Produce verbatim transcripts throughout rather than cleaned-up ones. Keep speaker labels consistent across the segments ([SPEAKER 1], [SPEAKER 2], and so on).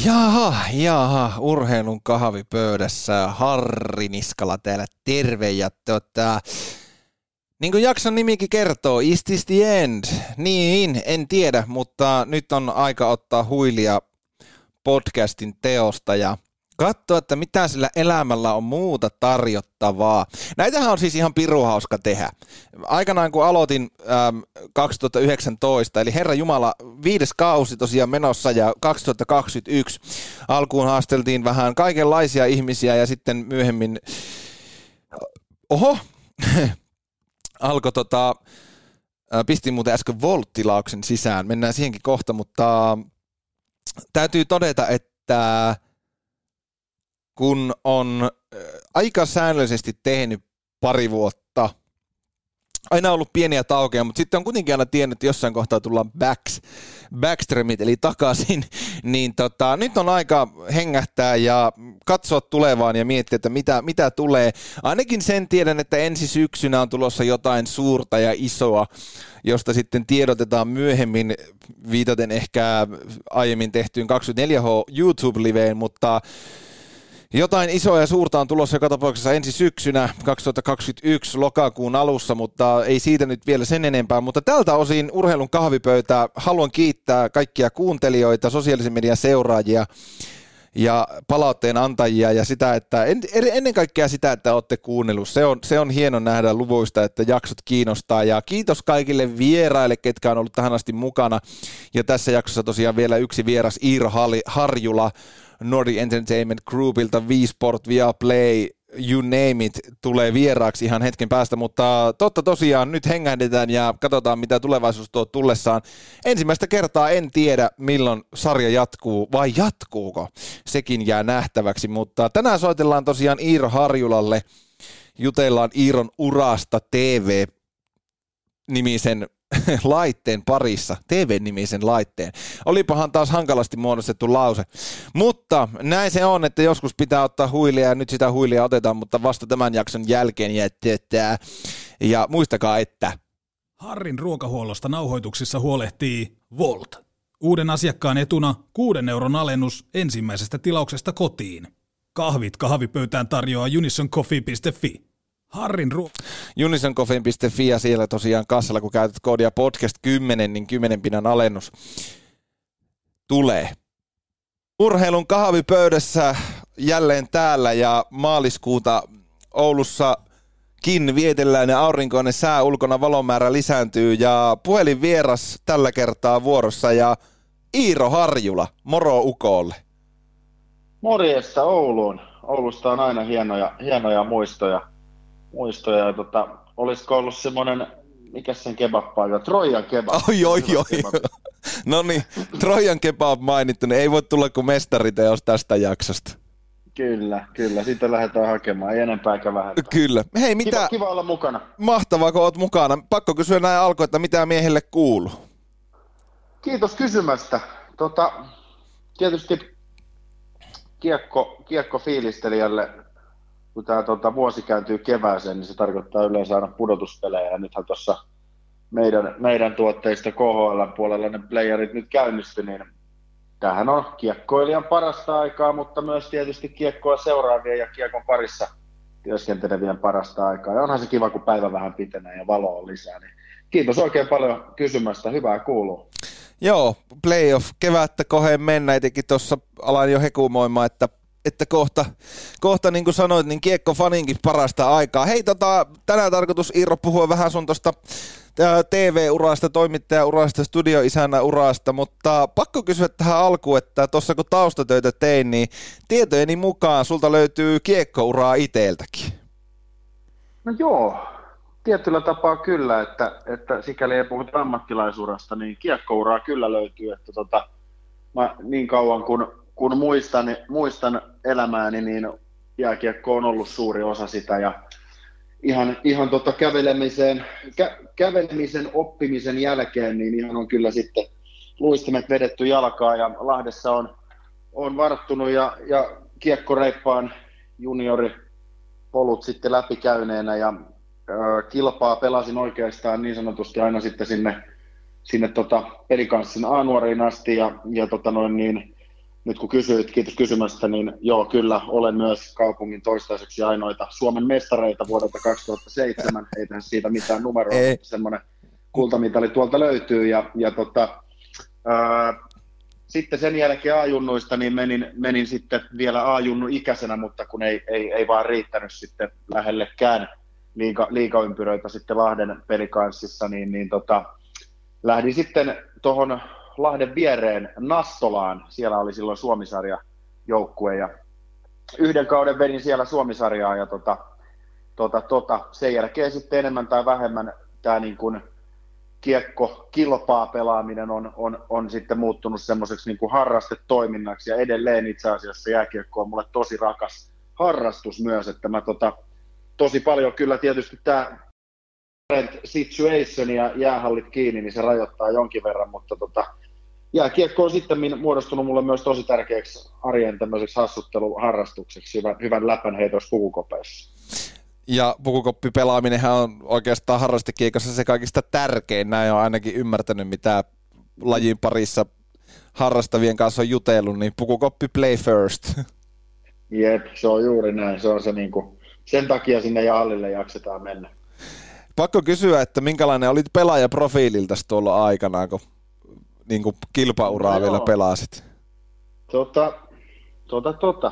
[SPEAKER 1] Jaha, jaha, urheilun kahvipöydässä Harri Niskala täällä, terve ja tota, niin kuin jakson nimikin kertoo, is this the end? Niin, en tiedä, mutta nyt on aika ottaa huilia podcastin teosta ja katsoa, että mitä sillä elämällä on muuta tarjottavaa. Näitähän on siis ihan piruhauska tehdä. Aikanaan kun aloitin äm, kaksituhattayhdeksäntoista, eli Herra Jumala, viides kausi tosiaan menossa ja kaksituhattakaksikymmentäyksi alkuun haasteltiin vähän kaikenlaisia ihmisiä ja sitten myöhemmin, oho, alkoi tota, pistin muuten äsken Volt-tilauksen sisään, mennään siihenkin kohta, mutta täytyy todeta, että kun on aika säännöllisesti tehnyt pari vuotta, aina ollut pieniä taukeja, mutta sitten on kuitenkin aina tiennyt, että jossain kohtaa tullaan backs, backstreamit, eli takaisin, niin tota, nyt on aika hengähtää ja katsoa tulevaan ja miettiä, että mitä, mitä tulee. Ainakin sen tiedän, että ensi syksynä on tulossa jotain suurta ja isoa, josta sitten tiedotetaan myöhemmin, viitaten ehkä aiemmin tehtyyn kaksikymmentäneljä H YouTube-liveen, mutta jotain isoa ja suurta on tulossa joka tapauksessa ensi syksynä kaksituhattakaksikymmentäyksi lokakuun alussa, mutta ei siitä nyt vielä sen enempää. Mutta tältä osin urheilun kahvipöytä haluan kiittää kaikkia kuuntelijoita, sosiaalisen median seuraajia ja palautteen antajia ja sitä, että en, ennen kaikkea sitä, että olette kuunnellut. Se on, se on hieno nähdä luvuista, että jaksot kiinnostaa ja kiitos kaikille vieraille, ketkä on ollut tähän asti mukana. Ja tässä jaksossa tosiaan vielä yksi vieras, Iiro Harjula, Nordic Entertainment Groupilta, V-Sport, Viaplay, you name it, tulee vieraaksi ihan hetken päästä, mutta totta tosiaan nyt hengähdetään ja katsotaan, mitä tulevaisuus tuo tullessaan. Ensimmäistä kertaa en tiedä, milloin sarja jatkuu, vai jatkuuko, sekin jää nähtäväksi, mutta tänään soitellaan tosiaan Iiro Harjulalle, jutellaan Iiron urasta T V-nimisen laitteen parissa, T V-nimisen laitteen. Olipahan taas hankalasti muodostettu lause. Mutta näin se on, että joskus pitää ottaa huilia ja nyt sitä huilia otetaan, mutta vasta tämän jakson jälkeen jätetään. Ja muistakaa, että
[SPEAKER 2] Harrin ruokahuollosta nauhoituksissa huolehtii Volt. Uuden asiakkaan etuna kuuden euron alennus ensimmäisestä tilauksesta kotiin. Kahvit kahvipöytään tarjoaa unisoncoffee piste fi. Harrin ruo...
[SPEAKER 1] unisoncoffee piste fi ja siellä tosiaan kassalla, kun käytät koodia podcast kymmenen, niin kymmenen pinnan alennus tulee. Urheilun kahvipöydässä jälleen täällä ja maaliskuuta Oulussakin vietellään ja aurinkoinen sää, ulkona valomäärä lisääntyy ja puhelinvieras tällä kertaa vuorossa ja Iiro Harjula, moro ukolle.
[SPEAKER 3] Morjesta Ouluun. Oulusta on aina hienoja, hienoja muistoja. Muistoja, ja tota, olisiko ollut semmoinen, mikä sen kebab-paikka, Trojan kebab.
[SPEAKER 1] Oi, oi, oi. No niin, Trojan kebab mainittu, niin ei voi tulla kuin mestariteos tästä jaksosta.
[SPEAKER 3] Kyllä, kyllä, siitä lähdetään hakemaan, ei enempää eikä vähempää.
[SPEAKER 1] Kyllä. Hei, mitä...
[SPEAKER 3] Kiva, kiva olla mukana.
[SPEAKER 1] Mahtavaa, kun oot mukana. Pakko kysyä näin alkuun, että mitä miehelle kuuluu? Kiitos
[SPEAKER 3] kysymästä. Tota, tietysti kiekko, kiekko fiilistelijälle, kun tämä tuota, vuosi kääntyy kevääseen, niin se tarkoittaa yleensä aina pudotuspelejä. Ja nythän tuossa meidän, meidän tuotteista K H L puolella ne playerit nyt käynnistyi, niin tämähän on kiekkoilijan parasta aikaa, mutta myös tietysti kiekkoa seuraavien ja kiekon parissa työskentelevien parasta aikaa. Ja onhan se kiva, kun päivä vähän pitenee ja valo on lisää. Niin kiitos oikein paljon kysymästä, hyvää kuuluu.
[SPEAKER 1] Joo, playoff kevättä koheen mennä, etenkin tuossa alan jo hekumoimaan, että että kohta, kohta niin kuin sanoit, niin kiekko faninkin parasta aikaa. Hei, tota, tänään tarkoitus Iiro puhua vähän sun tuosta T V-urasta, toimittaja-urasta, studioisänä urasta, mutta pakko kysyä tähän alkuun, että tuossa kun taustatöitä tein, niin tietojeni mukaan sulta löytyy kiekkouraa iteltäkin.
[SPEAKER 3] No joo, tietyllä tapaa kyllä, että, että sikäli ei puhuta ammattilaisurasta, niin kiekkouraa kyllä löytyy, että tota, mä niin kauan kun Kun muistan, muistan elämääni, niin jääkiekko on ollut suuri osa sitä ja ihan, ihan tota kävelemisen, kä, kävelemisen oppimisen jälkeen niin ihan on kyllä sitten luistimet vedetty jalkaa ja Lahdessa on, on varttunut ja, ja kiekkoreippaan junioripolut sitten läpikäyneenä ja ö, kilpaa pelasin oikeastaan niin sanotusti aina sitten sinne, sinne tota pelikanssin A-nuoriin asti ja, ja tota noin niin nyt kun kysyit, kiitos kysymästä, niin joo, kyllä olen myös kaupungin toistaiseksi ainoita Suomen mestareita vuodelta kaksituhattaseitsemän, ei tähän siitä mitään numeroa, ei. Mutta semmoinen kultamitali tuolta löytyy, ja, ja tota, ää, sitten sen jälkeen A-junnuista niin menin, menin sitten vielä A-junnu ikäisenä, mutta kun ei, ei, ei vaan riittänyt sitten lähellekään liiga, liigaympyröitä sitten Lahden pelikanssissa, niin, niin tota, lähdin sitten tuohon Lahden viereen Nastolaan, siellä oli silloin Suomisarja joukkue ja yhden kauden vedin siellä Suomisarjaa ja tota, tota, tota, sen jälkeen sitten enemmän tai vähemmän tämä niin kuin kiekko kilpaa pelaaminen on, on, on sitten muuttunut semmoiseksi niin kuin harrastetoiminnaksi ja edelleen itse asiassa jääkiekko on mulle tosi rakas harrastus myös, että mä tota, tosi paljon kyllä tietysti tämä situation ja jäähallit kiinni, niin se rajoittaa jonkin verran, mutta tota, jääkiekko on sitten muodostunut mulle myös tosi tärkeäksi arjen tämmöiseksi hassutteluharrastukseksi, hyvän, hyvän läpänheitossa pukukopeissa.
[SPEAKER 1] Ja pukukoppipelaaminenhan on oikeastaan harrastekiekossa se kaikista tärkein, näin on ainakin ymmärtänyt, mitä lajin parissa harrastavien kanssa on jutellut, niin pukukoppi play first.
[SPEAKER 3] Jep, se on juuri näin, se on se niinku, sen takia sinne jahallille jaksetaan mennä.
[SPEAKER 1] Pakko kysyä, että minkälainen olit pelaajaprofiililtäsi tuolla aikanaan, kun niin kuin kilpauraa no vielä joo. pelasit?
[SPEAKER 3] Tota, tota, tota.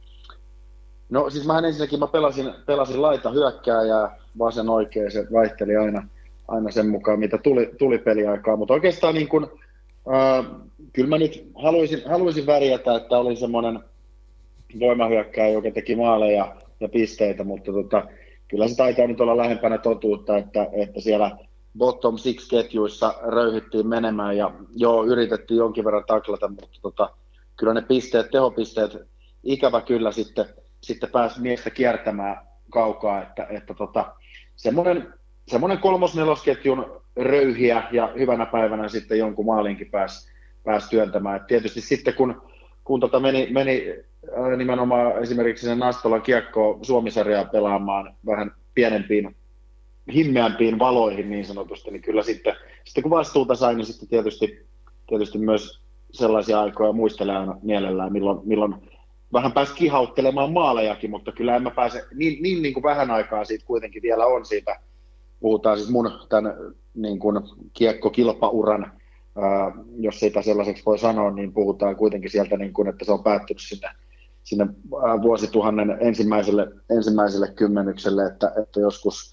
[SPEAKER 3] No siis mä ensinnäkin mä pelasin, pelasin laita hyökkääjää, vasen oikein, se vaihteli aina, aina sen mukaan, mitä tuli, tuli peliaikaa, mutta oikeastaan niin kun, äh, kyllä mä nyt haluaisin, haluaisin värjätä, että olin semmoinen voimahyökkääjä, joka teki maaleja ja pisteitä, mutta tota, kyllä se taitaa nyt olla lähempänä totuutta, että, että siellä bottom six-ketjuissa röyhyttiin menemään ja joo, yritettiin jonkin verran taklata, mutta tota, kyllä ne pisteet, tehopisteet, ikävä kyllä sitten, sitten pääsi miestä kiertämään kaukaa, että, että tota, semmoinen, semmoinen kolmos-nelosketjun röyhiä ja hyvänä päivänä sitten jonkun maalinkin pääsi, pääsi työntämään. Et tietysti sitten kun, kun tota meni, meni nimenomaan esimerkiksi sen Nastolan kiekkoon Suomisarjaa pelaamaan vähän pienempiin, himmeämpiin valoihin niin sanotusti, niin kyllä sitten, sitten kun vastuuta sai, niin sitten tietysti, tietysti myös sellaisia aikoja muistelee aina mielellään, milloin, milloin vähän pääsi kihauttelemaan maalejakin, mutta kyllä en mä pääse, niin, niin, niin kuin vähän aikaa siitä kuitenkin vielä on siitä, puhutaan siis mun tämän niin kuin kiekkokilpauran, ää, jos sitä sellaiseksi voi sanoa, niin puhutaan kuitenkin sieltä, niin kuin, että se on päättynyt sinne, sinne vuosituhannen ensimmäiselle, ensimmäiselle kymmenykselle, että, että joskus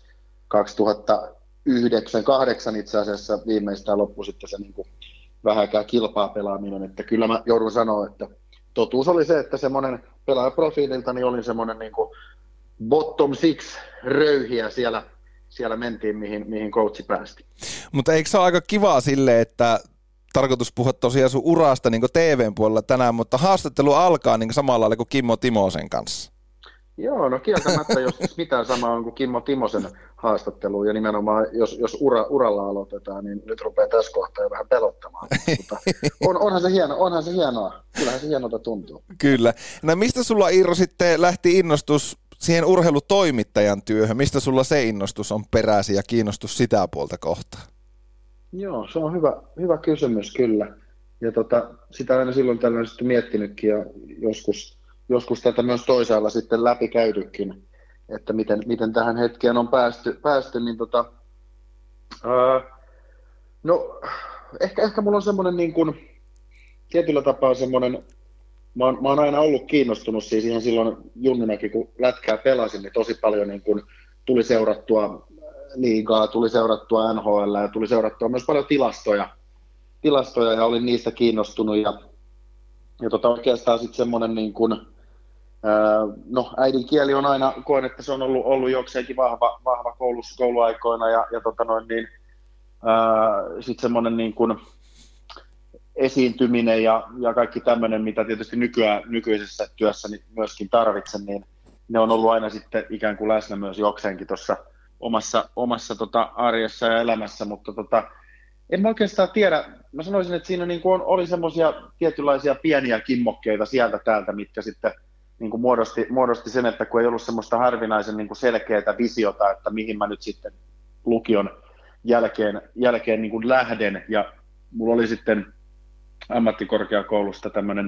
[SPEAKER 3] kaksituhattayhdeksän kahdeksan itse asiassa viimeistään loppui sitten se niin kuin vähäkään kilpaa pelaaminen, että kyllä mä joudun sanoa, että totuus oli se, että semmoinen pelaajaprofiililta niin oli semmoinen niin kuin bottom six röyhiä siellä, siellä mentiin, mihin, mihin coachi päästi.
[SPEAKER 1] Mutta eikö se ole aika kivaa silleen, että tarkoitus puhua tosiaan sun urasta niin kuin T V:n puolella tänään, mutta haastattelu alkaa niin kuin samalla lailla kuin Kimmo Timosen kanssa.
[SPEAKER 3] Joo, no kieltämättä, jos mitään sama on kuin Kimmo Timosen haastattelu, ja nimenomaan jos, jos ura, uralla aloitetaan, niin nyt rupeaa tässä kohtaa jo vähän pelottamaan. Mutta on, onhan, se hieno, onhan se hienoa, kyllähän se hienolta tuntuu.
[SPEAKER 1] Kyllä. No mistä sulla, Iiro, sitten lähti innostus siihen urheilutoimittajan työhön? Mistä sulla se innostus on peräisin ja kiinnostus sitä puolta kohtaan?
[SPEAKER 3] Joo, se on hyvä, hyvä kysymys kyllä. Ja tota, sitä aina silloin tällöin sitten miettinytkin ja joskus, joskus tätä myös toisaalla sitten läpikäytykin, että miten, miten tähän hetkeen on päästy, päästy niin tota, ää, no ehkä, ehkä mulla on semmoinen niin kuin, tietyllä tapaa semmoinen, mä oon, mä oon aina ollut kiinnostunut siis ihan silloin junnunakin, kun lätkää pelasin, niin tosi paljon niin kuin tuli seurattua liigaa, tuli seurattua N H L ja tuli seurattua myös paljon tilastoja, tilastoja ja olin niistä kiinnostunut ja, ja tota oikeastaan sitten semmoinen niin kuin, ää, no äidinkieli on aina, koen, että se on ollut, ollut jokseenkin vahva, vahva koulussa, kouluaikoina ja, ja tota noin niin, sitten semmoinen niin kuin esiintyminen ja, ja kaikki tämmöinen, mitä tietysti nykyään, nykyisessä työssäni myöskin tarvitsen, niin ne on ollut aina sitten ikään kuin läsnä myös jokseenkin tuossa omassa, omassa tota arjessa ja elämässä, mutta tota, en mä oikeastaan tiedä, mä sanoisin, että siinä niin kuin on, oli semmoisia tietynlaisia pieniä kimmokkeita sieltä täältä, mitkä sitten niin kuin muodosti, muodosti sen, että kun ei ollut semmoista harvinaisen niin kuin selkeää visiota, että mihin mä nyt sitten lukion jälkeen, jälkeen niin kuin lähden, ja mulla oli sitten ammattikorkeakoulusta tämmöinen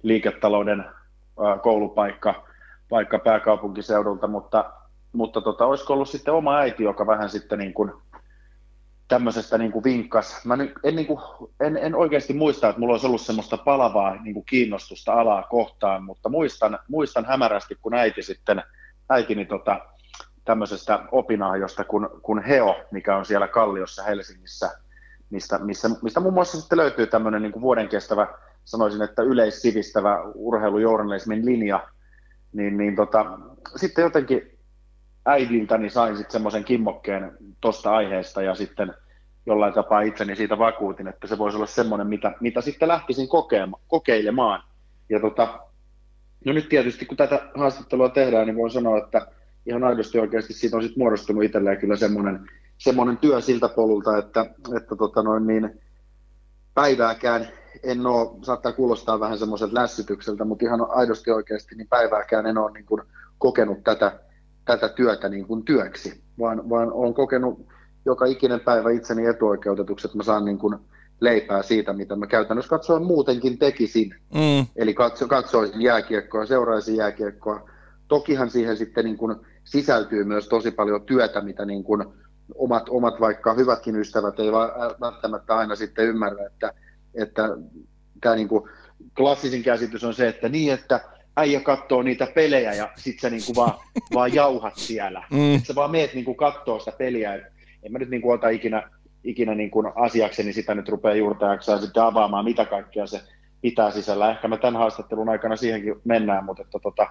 [SPEAKER 3] liiketalouden ää, koulupaikka paikka pääkaupunkiseudulta, mutta, mutta tota, olisiko ollut sitten oma äiti, joka vähän sitten niin kuin tämmöisestä niin kuin vinkkas. Mä en, niin kuin, en, en oikeasti muista, että mulla olisi ollut semmoista palavaa niin kuin kiinnostusta alaa kohtaan, mutta muistan, muistan hämärästi, kun äiti sitten, äitini tota, tämmöisestä opinahjosta kuin, kuin Heo, mikä on siellä Kalliossa Helsingissä, mistä, missä, mistä muun muassa sitten löytyy tämmöinen niin kuin vuoden kestävä, sanoisin, että yleissivistävä urheilujournalismin linja, niin, niin tota, sitten jotenkin äidiltäni sain sitten semmoisen kimmokkeen tuosta aiheesta ja sitten jollain tapaa itseni siitä vakuutin, että se voisi olla semmoinen, mitä, mitä sitten lähtisin kokeema, kokeilemaan. Ja tota, no nyt tietysti kun tätä haastattelua tehdään, niin voin sanoa, että ihan aidosti oikeasti siitä on sitten muodostunut itselleen kyllä semmoinen, semmoinen työ siltä polulta, että, että tota noin niin, päivääkään en ole, saattaa kuulostaa vähän semmoiselta lässytykseltä, mutta ihan aidosti oikeasti niin päivääkään en ole niin kuin kokenut tätä, tätä työtä niin kuin työksi, vaan, vaan olen kokenut joka ikinen päivä itseni etuoikeutetuksi, että mä saan niin kuin leipää siitä, mitä mä käytännössä katsoen muutenkin tekisin. Mm. Eli katso, katsoisin jääkiekkoa, seuraisin jääkiekkoa. Tokihan siihen sitten niin kuin sisältyy myös tosi paljon työtä, mitä niin kuin omat, omat vaikka hyvätkin ystävät ei välttämättä aina sitten ymmärrä, että, että tämä niin kuin klassisin käsitys on se, että niin, että äijä katsoo niitä pelejä ja sit sä niin kuin vaan, vaan jauhat siellä. Mm. Että sä vaan meet niin kuin kattoo sitä peliä. En mä nyt niin kuin ota ikinä, ikinä niin kuin asiakseni sitä nyt rupeaa juurtajaksi ja sitten avaamaan, mitä kaikkea se pitää sisällä. Ehkä me tämän haastattelun aikana siihenkin mennään, mutta että, tota,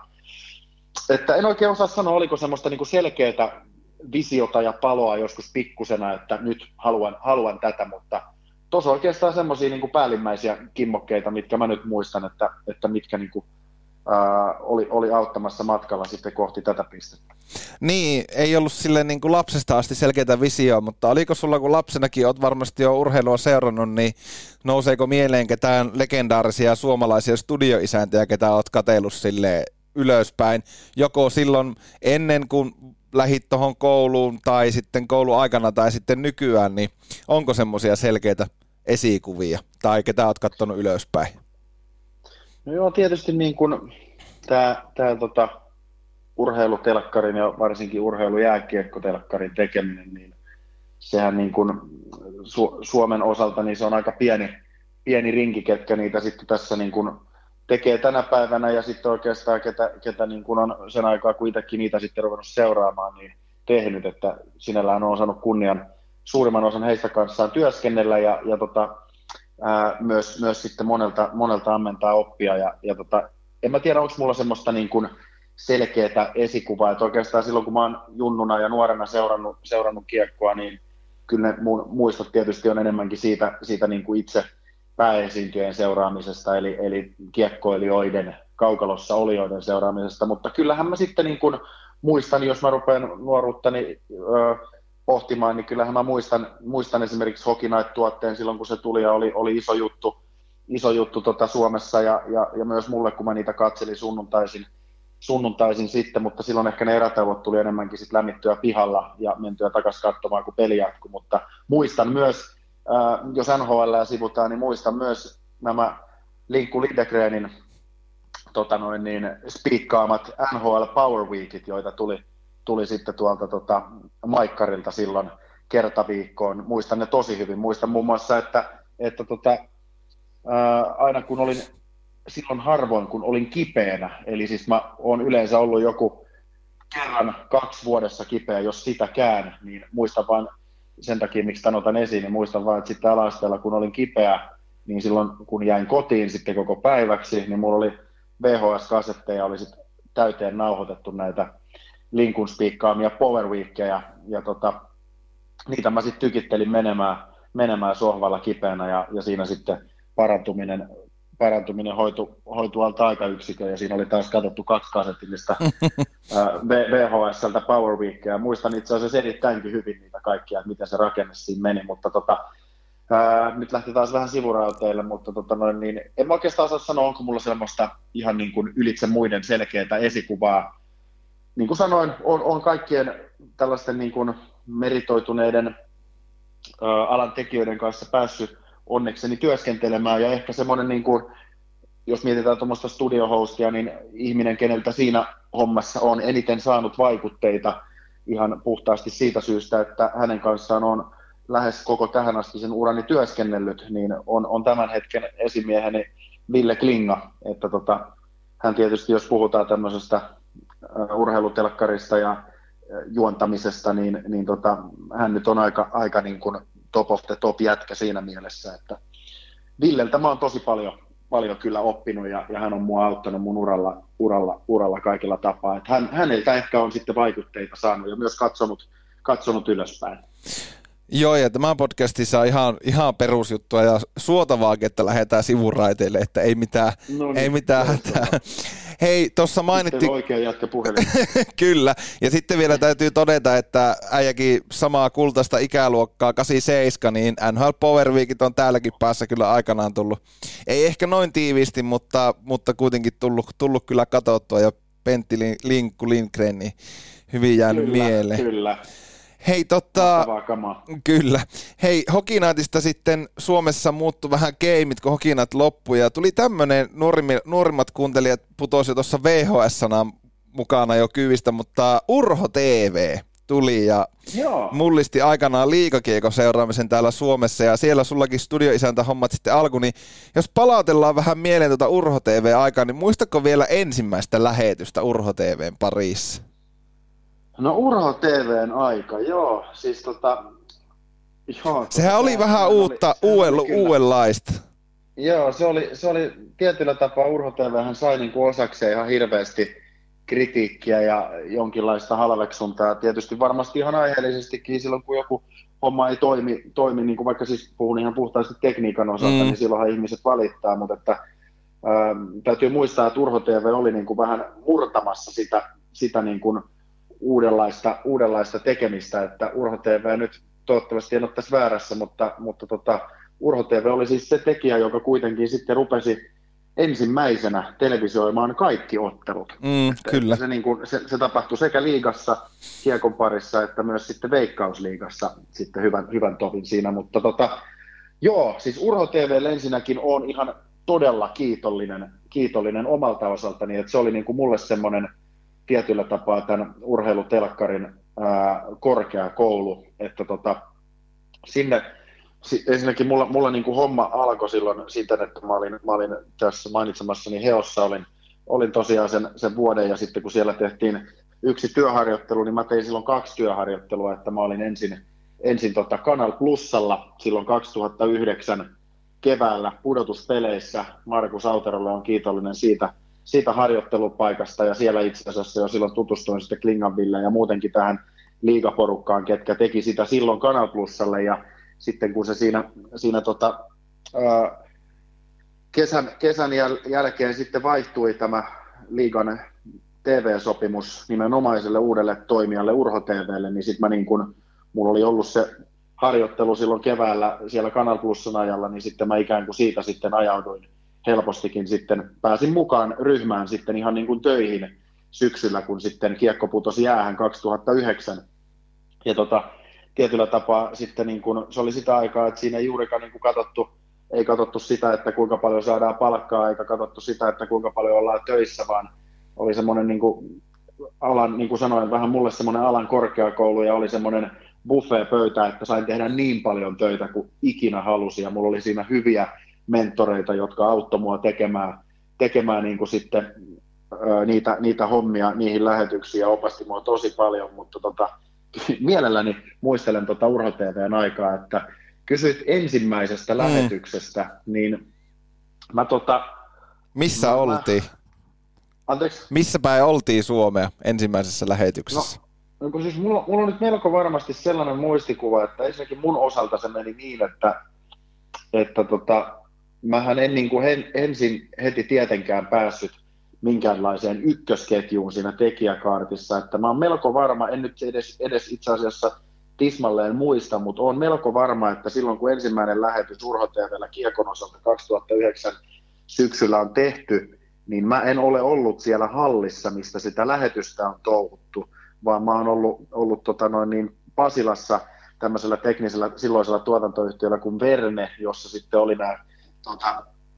[SPEAKER 3] että en oikein osaa sanoa, oliko semmoista niin kuin selkeää visiota ja paloa joskus pikkusena, että nyt haluan, haluan tätä, mutta tuossa oikeastaan semmoisia niin kuin päällimmäisiä kimmokkeita, mitkä mä nyt muistan, että, että mitkä niin kuin, ää, oli, oli auttamassa matkalla sitten kohti tätä pistettä.
[SPEAKER 1] Niin, ei ollut silleen niin kuin lapsesta asti selkeää visioa, mutta oliko sulla, kun lapsenakin olet varmasti jo urheilua seurannut, niin nouseeko mieleen ketään legendaarisia suomalaisia studioisäntöjä, ketä olet katsellut silleen ylöspäin, joko silloin ennen kuin lähit tuohon kouluun tai sitten koulun aikana tai sitten nykyään, niin onko semmoisia selkeitä esikuvia tai ketä olet katsonut ylöspäin?
[SPEAKER 3] No joo, tietysti niin kuin tämä, tämä tota, urheilutelkkarin ja varsinkin urheilujääkiekkotelkkarin tekeminen, niin sehän niin kuin Su- Suomen osalta niin se on aika pieni, pieni rinki, ketkä niitä sitten tässä niin kuin tekee tänä päivänä ja sitten oikeastaan ketä, ketä niin kuin on sen aikaa, kun itsekin niitä sitten ruvennut seuraamaan, niin tehnyt, että sinällään on saanut kunnian suurimman osan heistä kanssaan työskennellä ja, ja tota, ää, myös, myös sitten monelta, monelta ammentaa oppia ja, ja tota, en mä tiedä, onko mulla semmoista niin kuin selkeää esikuvaa, että oikeastaan silloin kun mä oon junnuna ja nuorena seurannut, seurannut kiekkoa, niin kyllä ne mun muistot tietysti on enemmänkin siitä, siitä niin kuin itse pääesiintyjen seuraamisesta, eli, eli kiekkoilijoiden, kaukalossa olijoiden seuraamisesta, mutta kyllähän mä sitten niin kuin muistan, jos mä rupean nuoruuttani ö, pohtimaan, niin kyllähän mä muistan, muistan esimerkiksi Hockey Night-tuotteen silloin, kun se tuli ja oli, oli iso juttu, iso juttu tota Suomessa ja, ja, ja myös mulle, kun mä niitä katselin sunnuntaisin, sunnuntaisin sitten, mutta silloin ehkä ne erätauot tuli enemmänkin sit lämmittyä pihalla ja mentyä takaisin katsomaan, kun peli jatkui, mutta muistan myös, äh, jos N H L sivutaan, niin muistan myös nämä Linkku Lidegrenin tota noin niin, spiikkaamat N H L Power Weekit, joita tuli, tuli sitten tuolta tota, Maikkarilta silloin kertaviikkoon. Muistan ne tosi hyvin. Muistan muun muassa, että, että tota, ää, aina kun olin, silloin harvoin kun olin kipeänä, eli siis mä oon yleensä ollut joku kerran kaksi vuodessa kipeä, jos sitäkään, niin muistan vaan sen takia, miksi tämän otan esiin, niin muistan vaan, että sitten ala-asteella kun olin kipeä, niin silloin kun jäin kotiin sitten koko päiväksi, niin mulla oli V H S-kasetteja, oli sitten täyteen nauhoitettu näitä Linkun spiikkaamia Power Weekkejä, ja tota, niitä mä sitten tykittelin menemään, menemään sohvalla kipeänä, ja, ja siinä sitten parantuminen, parantuminen hoitui, hoitui alta aikayksikön, ja siinä oli taas katsottu kaksi kasetillista V H S:ltä Power Weekkejä. Muistan itse asiassa erittäinkin hyvin niitä kaikkia, että miten se rakenne siinä meni, mutta tota, Ää, nyt lähti taas vähän sivurauteille, mutta tota noin, niin en mä oikeastaan osaa sanoa, onko mulla semmoista ihan niin kuin ylitse muiden selkeää esikuvaa. Niin kuin sanoin, on, on kaikkien tällaisten niin kuin meritoituneiden ää, alan tekijöiden kanssa päässyt onnekseni työskentelemään, ja ehkä semmoinen niin kuin jos mietitään tuommoista studiohostia, niin ihminen, keneltä siinä hommassa on eniten saanut vaikutteita ihan puhtaasti siitä syystä, että hänen kanssaan on lähes koko tähän asti sen urani työskennellyt, niin on, on tämän hetken esimieheni Ville Klinga, että tota, hän tietysti, jos puhutaan tämmöisestä uh, urheilutelkkarista ja uh, juontamisesta, niin, niin tota, hän nyt on aika, aika niin kuin top of the top jätkä siinä mielessä, että Villeltä mä oon tosi paljon, paljon kyllä oppinut ja, ja hän on mua auttanut mun uralla, uralla, uralla kaikilla tapaa. Että hän, häneltä ehkä on sitten vaikutteita saanut ja myös katsonut, katsonut ylöspäin.
[SPEAKER 1] Joo, ja tämän podcastissa on ihan, ihan perusjuttua ja suotavaakin, että lähdetään sivuraiteille, että ei mitään, no niin, ei mitään hätää. Hei, tuossa mainittiin...
[SPEAKER 3] Sitten oikein jatka puhelin.
[SPEAKER 1] Kyllä, ja sitten vielä täytyy todeta, että äijäkin samaa kultaista ikäluokkaa, kahdeksankymmentäseitsemän, niin N H L Power Weekit on täälläkin päässä kyllä aikanaan tullut. Ei ehkä noin tiiviisti, mutta, mutta kuitenkin tullut, tullut kyllä katsottua, ja Pentti Linkku Lindgren, niin hyvin jäänyt
[SPEAKER 3] kyllä,
[SPEAKER 1] mieleen.
[SPEAKER 3] Kyllä,
[SPEAKER 1] Hei, totta,
[SPEAKER 3] kyllä.
[SPEAKER 1] Hei, Hockey Nightista sitten Suomessa muuttui vähän gameit, kun Hockey Night loppui, ja tuli tämmöinen, nuorimmat kuuntelijat putosi jo tuossa V H S-sanaan mukana jo kyvistä, mutta Urho T V tuli ja
[SPEAKER 3] Joo.
[SPEAKER 1] mullisti aikanaan liigakiekon seuraamisen täällä Suomessa, ja siellä sullakin studioisäntä hommat sitten alkoi, niin jos palautellaan vähän mieleen tuota Urho T V-aikaa, niin muistatko vielä ensimmäistä lähetystä Urho T V:n parissa?
[SPEAKER 3] No Urho T V:n aika, joo, siis tota... Joo,
[SPEAKER 1] Sehän
[SPEAKER 3] tota,
[SPEAKER 1] oli vähän uutta,
[SPEAKER 3] oli,
[SPEAKER 1] uudel,
[SPEAKER 3] oli
[SPEAKER 1] uudenlaista.
[SPEAKER 3] Joo, se oli, se oli tietyllä tapaa Urho T V:hän sai niin kuin osakseen ihan hirveästi kritiikkiä ja jonkinlaista halveksuntaa. Tietysti varmasti ihan aiheellisestikin silloin, kun joku homma ei toimi, toimi niin kuin vaikka siis puhun ihan puhtaasti tekniikan osalta, mm. niin silloinhan ihmiset valittaa, mutta että, ää, täytyy muistaa, että Urho T V oli niin kuin vähän murtamassa sitä, sitä niin kuin uudenlaista, uudenlaista tekemistä, että Urho T V nyt toivottavasti en ole tässä väärässä, mutta, mutta tota, Urho T V oli siis se tekijä, joka kuitenkin sitten rupesi ensimmäisenä televisioimaan kaikki ottelut.
[SPEAKER 1] Mm, kyllä.
[SPEAKER 3] Se, niin kuin, se, se tapahtui sekä liigassa, kiekon parissa, että myös sitten Veikkausliigassa sitten hyvän, hyvän tovin siinä, mutta tota, joo, siis Urho T V:lle ensinnäkin on ihan todella kiitollinen, kiitollinen omalta osaltani, että se oli niin kuin mulle semmoinen tietyllä tapaa tämän urheilutelkkarin ää, korkeakoulu, että tota, sinne ensinnäkin mulla, mulla niin kuin homma alkoi silloin siten, että mä olin, mä olin tässä mainitsemassani Heossa, olin, olin tosiaan sen, sen vuoden, ja sitten kun siellä tehtiin yksi työharjoittelu, niin mä tein silloin kaksi työharjoittelua, että mä olin ensin, ensin tota Kanal Plusalla silloin kaksituhattayhdeksän keväällä pudotuspeleissä. Markus Auterolle on kiitollinen siitä, siitä harjoittelupaikasta, ja siellä itse asiassa jo silloin tutustuin sitten Klinganvilleen ja muutenkin tähän liigaporukkaan, ketkä teki sitä silloin Kanal Plusalle, ja sitten kun se siinä, siinä tota, ää, kesän, kesän jäl- jälkeen sitten vaihtui tämä liigan T V-sopimus nimenomaiselle uudelle toimijalle Urho T V:lle, niin sitten mä niin kun, mulla oli ollut se harjoittelu silloin keväällä siellä Kanal Plusan ajalla, niin sitten mä ikään kuin siitä sitten ajauduin helpostikin sitten, pääsin mukaan ryhmään sitten ihan niin kuin töihin syksyllä, kun sitten kiekko putosi jäähän kaksituhattayhdeksän. Ja tota, tietyllä tapaa sitten niin kuin, se oli sitä aikaa, että siinä ei juurikaan niin kuin katsottu, ei katsottu sitä, että kuinka paljon saadaan palkkaa, eikä katsottu sitä, että kuinka paljon ollaan töissä, vaan oli semmoinen niin kuin alan, niin kuin sanoin, vähän mulle semmoinen alan korkeakoulu, ja oli semmoinen buffet-pöytä, että sain tehdä niin paljon töitä kuin ikinä halusin, ja mulla oli siinä hyviä mentoreita, jotka auttoi mua tekemään, tekemään niin kuin sitten ää, niitä, niitä hommia niihin lähetyksiin, ja opasti mua tosi paljon, mutta tota, mielelläni muistelen tuota Urho T V:n aikaa, että kysyit ensimmäisestä mm. lähetyksestä, niin mä tota...
[SPEAKER 1] Missä
[SPEAKER 3] mä,
[SPEAKER 1] oltiin?
[SPEAKER 3] Mä, anteeksi?
[SPEAKER 1] Missä päin oltiin Suomea ensimmäisessä lähetyksessä?
[SPEAKER 3] No, no siis mulla, mulla on nyt melko varmasti sellainen muistikuva, että ensinnäkin mun osalta se meni niin, että, että tota, mähän en niin kuin en, ensin heti tietenkään päässyt minkäänlaiseen ykkösketjuun siinä tekijäkaartissa, että mä oon melko varma, en nyt edes, edes itse asiassa tismalleen muista, mutta oon melko varma, että silloin kun ensimmäinen lähetys Urho T V:llä kiekon osalta kaksituhattayhdeksän syksyllä on tehty, niin mä en ole ollut siellä hallissa, mistä sitä lähetystä on touhuttu, vaan mä oon ollut, ollut tota noin niin Pasilassa tämmöisellä teknisellä silloisella tuotantoyhtiöllä kuin Verne, jossa sitten oli nämä tota,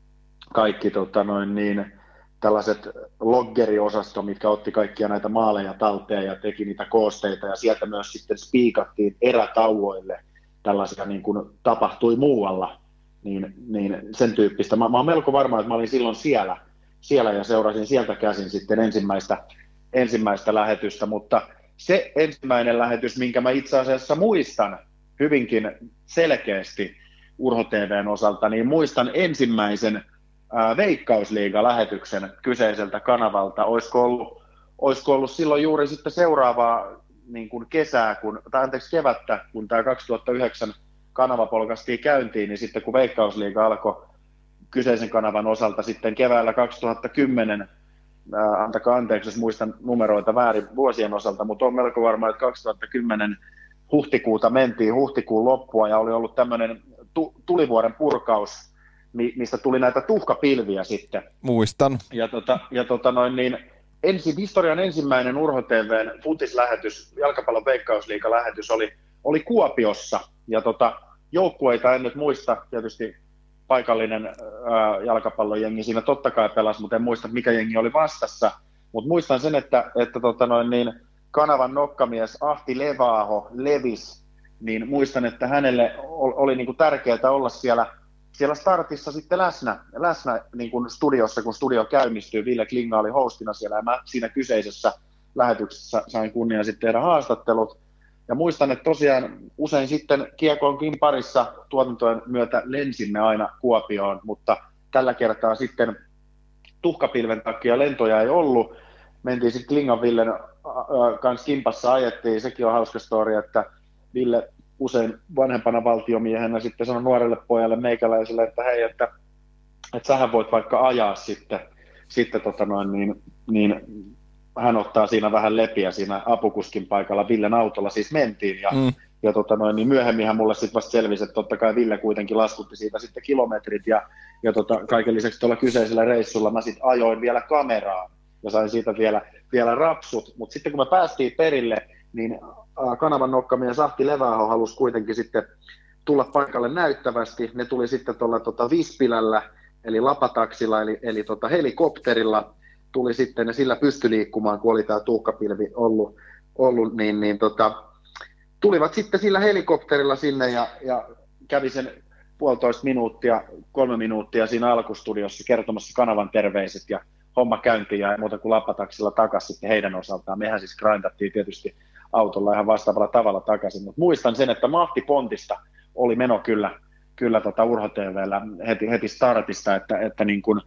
[SPEAKER 3] kaikki tota noin, niin, tällaiset loggeriosasto, mitkä otti kaikkia näitä maaleja talteen ja teki niitä koosteita, ja sieltä myös sitten spiikattiin erätauoille tällaisia niin kuin tapahtui muualla, niin, niin sen tyyppistä. Mä, mä oon melko varma, että mä olin silloin siellä, siellä ja seurasin sieltä käsin sitten ensimmäistä, ensimmäistä lähetystä, mutta se ensimmäinen lähetys, minkä mä itse asiassa muistan hyvinkin selkeästi Urho T V:n osalta, niin muistan ensimmäisen ää, Veikkausliiga-lähetyksen kyseiseltä kanavalta. Olisiko ollut, olisiko ollut silloin juuri sitten seuraavaa niin kuin kesää, kun, tai anteeksi kevättä, kun tämä kaksituhattayhdeksän kanava polkastiin käyntiin, niin sitten kun Veikkausliiga alkoi kyseisen kanavan osalta sitten keväällä kaksituhattakymmenen, ää, antakaa anteeksi, jos muistan numeroita väärin vuosien osalta, mutta on melko varma, että kaksituhattakymmenen huhtikuuta mentiin, huhtikuun loppua, ja oli ollut tämmöinen tu- tulivuoren purkaus, mi- mistä tuli näitä tuhkapilviä sitten.
[SPEAKER 1] Muistan.
[SPEAKER 3] Ja, tota, ja tota noin, niin ensi, historian ensimmäinen Urho T V:n futislähetys, jalkapallon Veikkausliiga-lähetys oli, oli Kuopiossa, ja tota, joukkueita en nyt muista, tietysti paikallinen ää, jalkapallojengi siinä totta kai pelasi, mutta en muista mikä jengi oli vastassa, mutta muistan sen, että, että tota noin, niin, kanavan nokkamies Ahti Levaaho, Levis, niin muistan, että hänelle oli niin kuin tärkeää olla siellä, siellä startissa sitten läsnä, läsnä niin kuin studiossa, kun studio käynnistyy. Ville Klinga oli hostina siellä, ja mä siinä kyseisessä lähetyksessä sain kunnia sitten tehdä haastattelut. Ja muistan, että tosiaan usein sitten kiekonkin parissa tuotantojen myötä lensimme aina Kuopioon, mutta tällä kertaa sitten tuhkapilven takia lentoja ei ollut. Mentiin sitten Klingan Villen kanssa kimpassa ajettiin, sekin on hauska story, että Ville usein vanhempana valtiomiehenä sitten sanoi nuorelle pojalle meikäläiselle, että hei, että, että sähän voit vaikka ajaa sitten, sitten tota noin, niin, niin hän ottaa siinä vähän lepiä siinä apukuskin paikalla, Villen autolla siis mentiin, ja, mm. ja tota noin, niin myöhemminhän mulle sitten vasta selvisi, että totta kai Ville kuitenkin laskutti siitä sitten kilometrit, ja, ja tota, kaiken lisäksi tuolla kyseisellä reissulla mä sitten ajoin vielä kameraan, ja sain siitä vielä, vielä rapsut, mutta sitten kun me päästiin perille, niin kanavan nokkamies Ahti Levaaho halusi kuitenkin sitten tulla paikalle näyttävästi. Ne tuli sitten tuolla tota Vispilällä, eli lapataksilla, eli, eli tota helikopterilla, tuli sitten, ja sillä pystyi liikkumaan, kun oli tämä tuhkapilvi ollut, ollut niin, niin tota, tulivat sitten sillä helikopterilla sinne, ja, ja kävi sen puolitoista minuuttia, kolme minuuttia siinä alkustudiossa kertomassa kanavan terveiset, ja homma käyntiin, ja ei muuta kuin lapataksilla takaisin sitten heidän osaltaan. Mehän siis grindattiin tietysti autolla ihan vastaavalla tavalla takaisin, mutta muistan sen, että mahtipontista oli meno kyllä, kyllä tota Urho T V:llä heti, heti startista, että, että niin kun,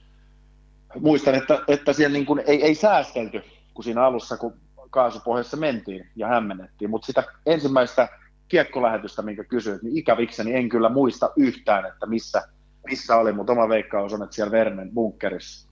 [SPEAKER 3] muistan, että, että siellä niin kun ei, ei säästelty, kun siinä alussa, kun kaasupohjassa mentiin ja hämmennettiin, mutta sitä ensimmäistä kiekkolähetystä, minkä kysyit, niin ikävikseni en kyllä muista yhtään, että missä, missä oli, mutta oma veikkaus on, että siellä Vernen bunkkerissa.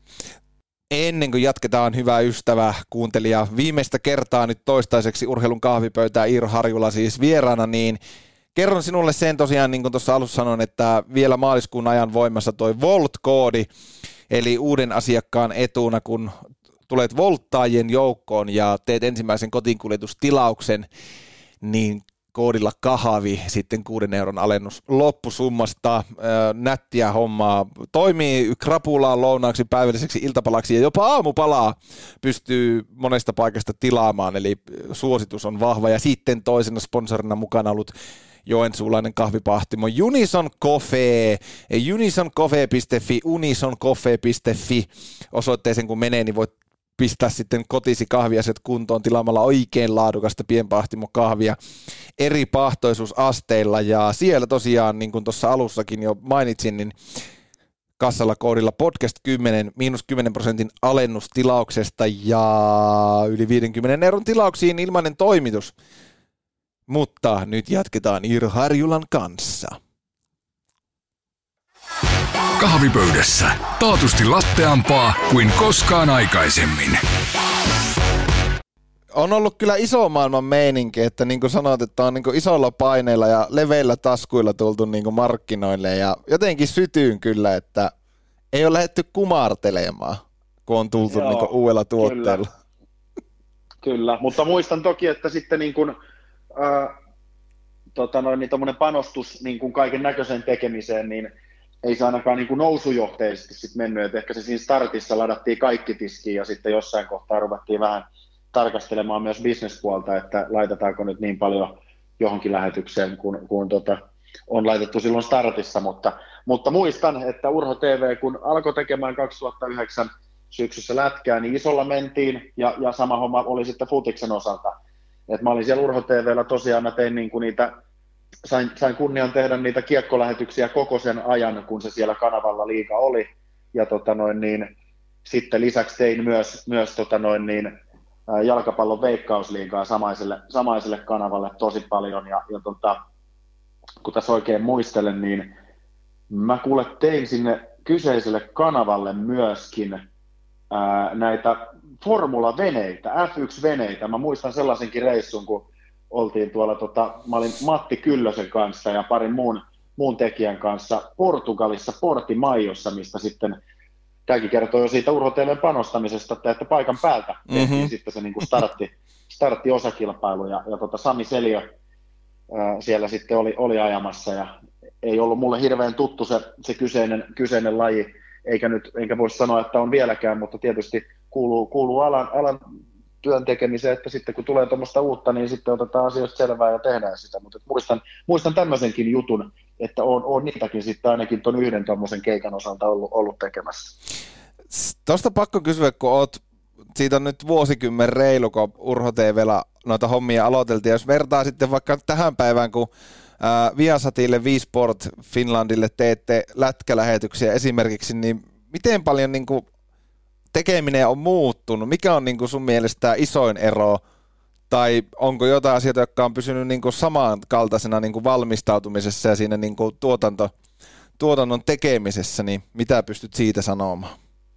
[SPEAKER 1] Ennen kuin jatketaan, hyvä ystävä, kuuntelija, viimeistä kertaa nyt toistaiseksi Urheilun kahvipöytää Iiro Harjula siis vieraana, niin kerron sinulle sen tosiaan, niin kuin tuossa alussa sanoin, että vielä maaliskuun ajan voimassa toi Volt-koodi, eli uuden asiakkaan etuna, kun tulet volttaajien joukkoon ja teet ensimmäisen kotiinkuljetustilauksen, niin koodilla kahvi, sitten kuuden euron alennus loppusummasta, äh, nättiä hommaa, toimii krapulaan, lounaaksi, päivälliseksi, iltapalaksi ja jopa aamupalaa pystyy monesta paikasta tilaamaan, eli suositus on vahva. Ja sitten toisena sponsorina mukana ollut joensuulainen kahvipahtimo Unison Coffee, unisoncoffee piste fi, unisoncoffee piste fi osoitteeseen kun menee, niin voit pistää sitten kotisi kahviasiat kuntoon tilaamalla oikein laadukasta pienpahtimokahvia eri pahtoisuusasteilla, ja siellä tosiaan, niin kuin tuossa alussakin jo mainitsin, niin kassalla koodilla podcast kymmenen, miinus kymmenen prosentin alennus tilauksesta ja yli viidenkymmenen euron tilauksiin ilmainen toimitus. Mutta nyt jatketaan Iiro Harjulan kanssa.
[SPEAKER 4] Kahvipöydässä taatusti latteampaa kuin koskaan aikaisemmin.
[SPEAKER 1] On ollut kyllä iso maailman meininki, että niin kuin sanoit, että on niin kuin isoilla paineilla ja leveillä taskuilla tultu niin kuin markkinoille, ja jotenkin sytyyn kyllä, että ei ole lähdetty kumartelemaan, kun on tultu Joo, niin kuin uudella tuotteella.
[SPEAKER 3] Kyllä. kyllä, mutta muistan toki, että sitten niin kuin, äh, tota noin, niin panostus niin kuin kaiken näköisen tekemiseen, niin ei se ainakaan niin kuin nousujohteisesti sit mennyt, että ehkä se siinä startissa ladattiin kaikki tiskiin ja sitten jossain kohtaa ruvettiin vähän tarkastelemaan myös bisnespuolta, että laitetaanko nyt niin paljon johonkin lähetykseen, kun, kun tota, on laitettu silloin startissa, mutta, mutta muistan, että Urho T V, kun alkoi tekemään kaksituhattayhdeksän syksyssä lätkää, niin isolla mentiin, ja, ja sama homma oli sitten futiksen osalta. Et mä olin siellä Urho T V:llä tosiaan, mä tein niinku niitä, sain, sain kunnian tehdä niitä kiekkolähetyksiä koko sen ajan, kun se siellä kanavalla liiga oli, ja tota noin, niin, sitten lisäksi tein myös, myös tota noin, niin, jalkapallon veikkausliigaa samaiselle, samaiselle kanavalle tosi paljon, ja, ja tota, kun tässä oikein muistelen, niin mä kuule tein sinne kyseiselle kanavalle myöskin ää, näitä formulaveneitä, F yksi -veneitä. Mä muistan sellaisenkin reissun, kun oltiin tuolla, tota, mä olin Matti Kyllösen kanssa ja parin muun, muun tekijän kanssa Portugalissa Portimaiossa, mistä sitten tämäkin kertoo jo siitä Urho T V:n panostamisesta, että, että paikan päältä tehtiin mm-hmm. sitten se niin kuin startti, startti osakilpailu ja, ja tota Sami Seliö ää, siellä sitten oli, oli ajamassa ja ei ollut mulle hirveän tuttu se, se kyseinen, kyseinen laji, eikä nyt, enkä voi sanoa, että on vieläkään, mutta tietysti kuuluu, kuuluu alan, alan työn tekemiseen, että sitten kun tulee tuommoista uutta, niin sitten otetaan asioista selvää ja tehdään sitä, mutta muistan, muistan tämmöisenkin jutun, että on, on niitäkin sitten ainakin tuon yhden tuommoisen keikan osalta ollut, ollut tekemässä.
[SPEAKER 1] Tuosta pakko kysyä, kun oot, siitä on nyt vuosikymmen reilu, kun Urho T V:llä noita hommia aloiteltiin, jos vertaa sitten vaikka tähän päivään, kun ää, Viasatille, Visport Finlandille teette lätkälähetyksiä esimerkiksi, niin miten paljon niin kuin tekeminen on muuttunut? Mikä on niin kuin sun mielestä isoin ero? Tai onko jotain asioita, jotka on pysynyt niin kuin samankaltaisena niin kuin valmistautumisessa ja siinä niin kuin tuotanto, tuotannon tekemisessä, niin mitä pystyt siitä sanomaan?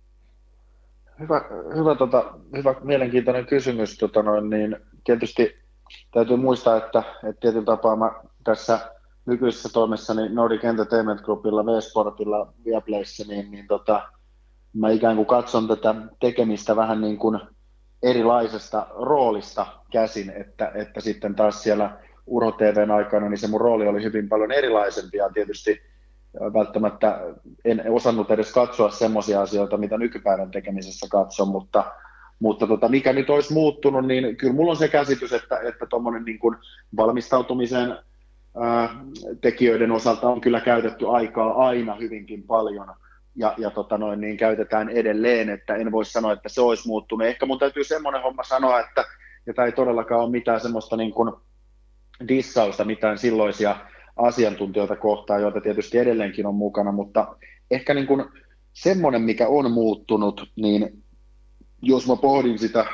[SPEAKER 3] Hyvä, hyvä, tota, hyvä mielenkiintoinen kysymys. Tota noin, niin tietysti täytyy muistaa, että, että tietyllä tapaa mä tässä nykyisessä toimessani Nordic Entertainment Groupilla, V-Sportilla, Viaplayssa, niin, niin tota, mä ikään kuin katson tätä tekemistä vähän niin kuin erilaisesta roolista käsin, että, että sitten taas siellä Urho T V:n aikana niin se mun rooli oli hyvin paljon erilaisempi ja tietysti välttämättä en osannut edes katsoa semmoisia asioita, mitä nykypäivän tekemisessä katson, mutta, mutta tota, mikä nyt olisi muuttunut, niin kyllä mulla on se käsitys, että, että tuommoinen niin kuin valmistautumisen ää, tekijöiden osalta on kyllä käytetty aikaa aina hyvinkin paljon ja, ja tota noin, niin käytetään edelleen, että en voi sanoa, että se olisi muuttunut. Ehkä mun täytyy semmoinen homma sanoa, että ja tämä ei todellakaan ole mitään semmoista niin kuin dissausta, mitään silloisia asiantuntijoita kohtaan, joita tietysti edelleenkin on mukana, mutta ehkä niin kuin semmoinen, mikä on muuttunut, niin jos mä pohdin sitä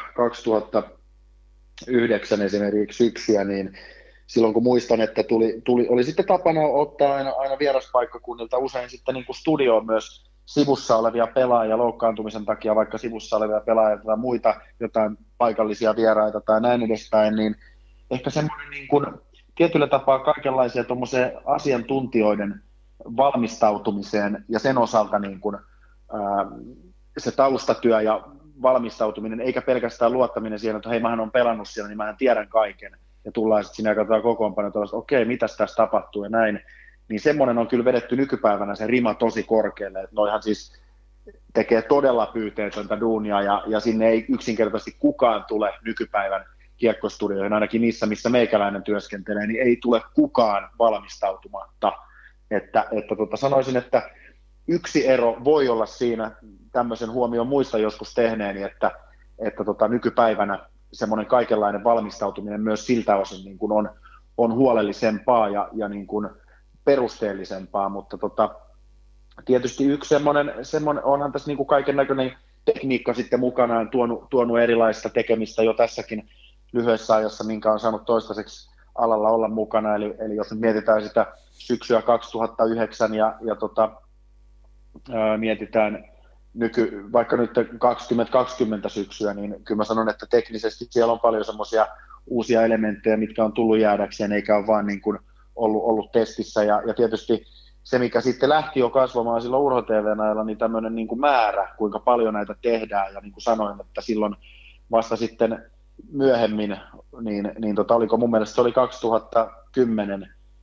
[SPEAKER 3] kaksituhattayhdeksän esimerkiksi syksyä, niin silloin kun muistan, että tuli, tuli, oli sitten tapana ottaa aina, aina vieraspaikkakunnilta usein sitten niin kuin studioon myös sivussa olevia pelaajia loukkaantumisen takia, vaikka sivussa olevia pelaajia tai muita jotain paikallisia vieraita tai näin edespäin, niin ehkä semmoinen niin kuin tietyllä tapaa kaikenlaisia tuommoiseen asiantuntijoiden valmistautumiseen ja sen osalta niin kuin, ää, se taustatyö ja valmistautuminen, eikä pelkästään luottaminen siihen, että hei, mähän on pelannut siellä, niin mähän tiedän kaiken. Ja tullaan sitten sinne ja katsotaan kokoonpanoja, että okei, mitäs tässä tapahtuu ja näin. Niin semmoinen on kyllä vedetty nykypäivänä se rima tosi korkealle. Että noihan siis tekee todella pyyteetöntä duunia ja, ja sinne ei yksinkertaisesti kukaan tule nykypäivän kiekkostudioihin, ainakin niissä, missä meikäläinen työskentelee, niin ei tule kukaan valmistautumatta. Että, että tota, sanoisin, että yksi ero voi olla siinä tämmöisen huomioon muista joskus tehneeni, että, että tota, nykypäivänä semmoinen kaikenlainen valmistautuminen myös siltä osin niin kuin on, on huolellisempaa ja, ja niin kuin perusteellisempaa, mutta tota, tietysti yksi semmoinen, semmoinen onhan tässä niin kuin kaiken näköinen tekniikka sitten mukanaan tuonut, tuonut erilaista tekemistä jo tässäkin lyhyessä ajassa, minkä on saanut toistaiseksi alalla olla mukana, eli, eli jos nyt mietitään sitä syksyä kaksituhattayhdeksän ja, ja tota, ää, mietitään nyky, vaikka nyt kaksituhattakaksikymmentä syksyä, niin kyllä mä sanon, että teknisesti siellä on paljon semmoisia uusia elementtejä, mitkä on tullut jäädäkseen, eikä ole vaan niin kuin ollut, ollut testissä, ja, ja tietysti se, mikä sitten lähti jo kasvamaan silloin Urho T V:n ajalla, niin tämmöinen niin kuin määrä, kuinka paljon näitä tehdään, ja niin kuin sanoin, että silloin vasta sitten myöhemmin, niin, niin tota, oliko mun mielestä se oli kaksituhattakymmenen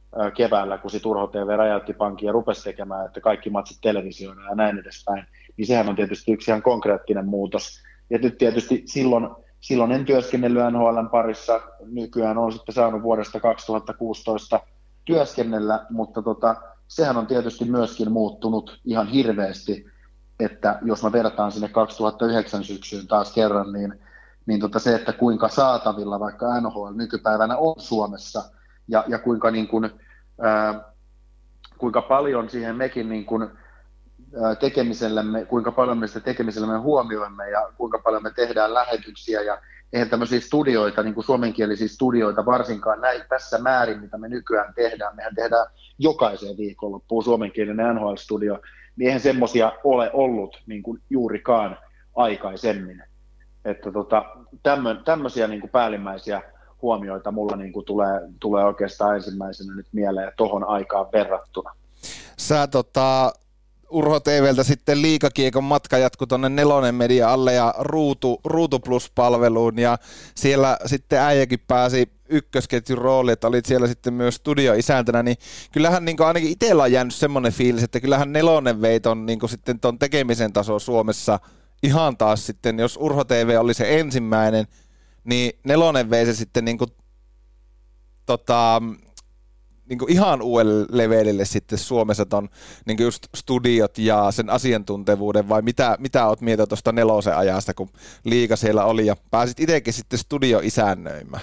[SPEAKER 3] keväällä, kun sitten Urho T V räjäytti pankin ja rupesi tekemään, että kaikki matsit televisioina ja näin edespäin, niin sehän on tietysti yksi ihan konkreettinen muutos. Ja nyt tietysti silloin, silloin en työskennellyt N H L:n parissa, nykyään on sitten saanut vuodesta kaksituhattakuusitoista työskennellä, mutta tota, sehän on tietysti myöskin muuttunut ihan hirveästi, että jos mä vertaan sinne kaksituhattayhdeksän syksyyn taas kerran, niin, niin tota se, että kuinka saatavilla vaikka N H L nykypäivänä on Suomessa, ja, ja kuinka, niin kuin, ää, kuinka paljon siihen mekin niin kuin, ää, tekemisellemme, kuinka paljon me sitä tekemisellemme huomioimme, ja kuinka paljon me tehdään lähetyksiä, ja eihän tämmöisiä studioita, niin kuin suomenkielisiä studioita varsinkaan näin tässä määrin, mitä me nykyään tehdään, mehän tehdään jokaiseen viikonloppuun suomenkielinen N H L-studio, niin eihän semmoisia ole ollut niin kuin juurikaan aikaisemmin. Että tota, tämmöisiä niin kuin päällimmäisiä huomioita mulla niin kuin tulee, tulee oikeastaan ensimmäisenä nyt mieleen tuohon aikaan verrattuna.
[SPEAKER 1] Sä tota, Urho T V:ltä sitten Liigakiekon matka jatkui tuonne Nelonen Media alle ja Ruutu, Ruutu Plus-palveluun, ja siellä sitten äijäkin pääsi ykkösketjun rooliin, että olit siellä sitten myös studioisäntänä, niin kyllähän niin kuin ainakin itsellä on jäänyt semmoinen fiilis, että kyllähän Nelonen vei ton, niin kuin sitten ton tekemisen taso Suomessa ihan taas sitten, jos Urho T V oli se ensimmäinen, niin Nelonen vei se sitten niin kuin, tota, niin kuin ihan uudelle levelille sitten Suomessa ton niin kuin just studiot ja sen asiantuntevuuden, vai mitä, mitä oot mieltä tuosta Nelosen ajasta, kun Liiga siellä oli ja pääsit itsekin sitten studioisännöimään?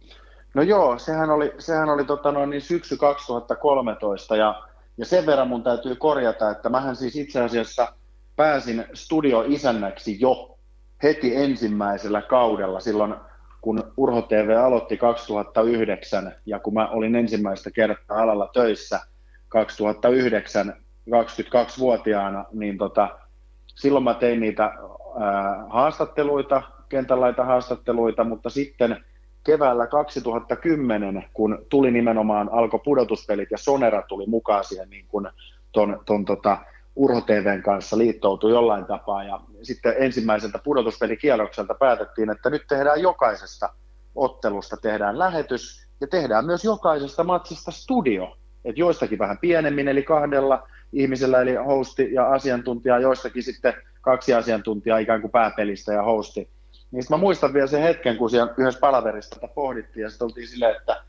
[SPEAKER 3] No joo, sehän oli, sehän oli tota noin, niin syksy kaksituhattakolmetoista, ja, ja sen verran mun täytyy korjata, että mähän siis itse asiassa pääsin studioisännäksi jo heti ensimmäisellä kaudella silloin, kun Urho T V aloitti kaksituhattayhdeksän, ja kun mä olin ensimmäistä kertaa alalla töissä kaksituhattayhdeksän kaksikymmentäkaksivuotiaana, niin tota, silloin mä tein niitä ää, haastatteluita, kentänlaita haastatteluita, mutta sitten keväällä kaksituhattakymmenen, kun tuli nimenomaan, alkoi pudotuspelit ja Sonera tuli mukaan siihen niin kuin ton, ton tota, Urho T V:n kanssa liittoutui jollain tapaa, ja sitten ensimmäiseltä pudotuspelikierrokselta päätettiin, että nyt tehdään jokaisesta ottelusta tehdään lähetys ja tehdään myös jokaisesta matsista studio, että joistakin vähän pienemmin, eli kahdella ihmisellä, eli hosti ja asiantuntija, joistakin sitten kaksi asiantuntijaa ikään kuin pääpelistä ja hosti. Niin mä muistan vielä sen hetken, kun siellä yhdessä palaverissa tätä pohdittiin, ja sitten oltiin silleen, että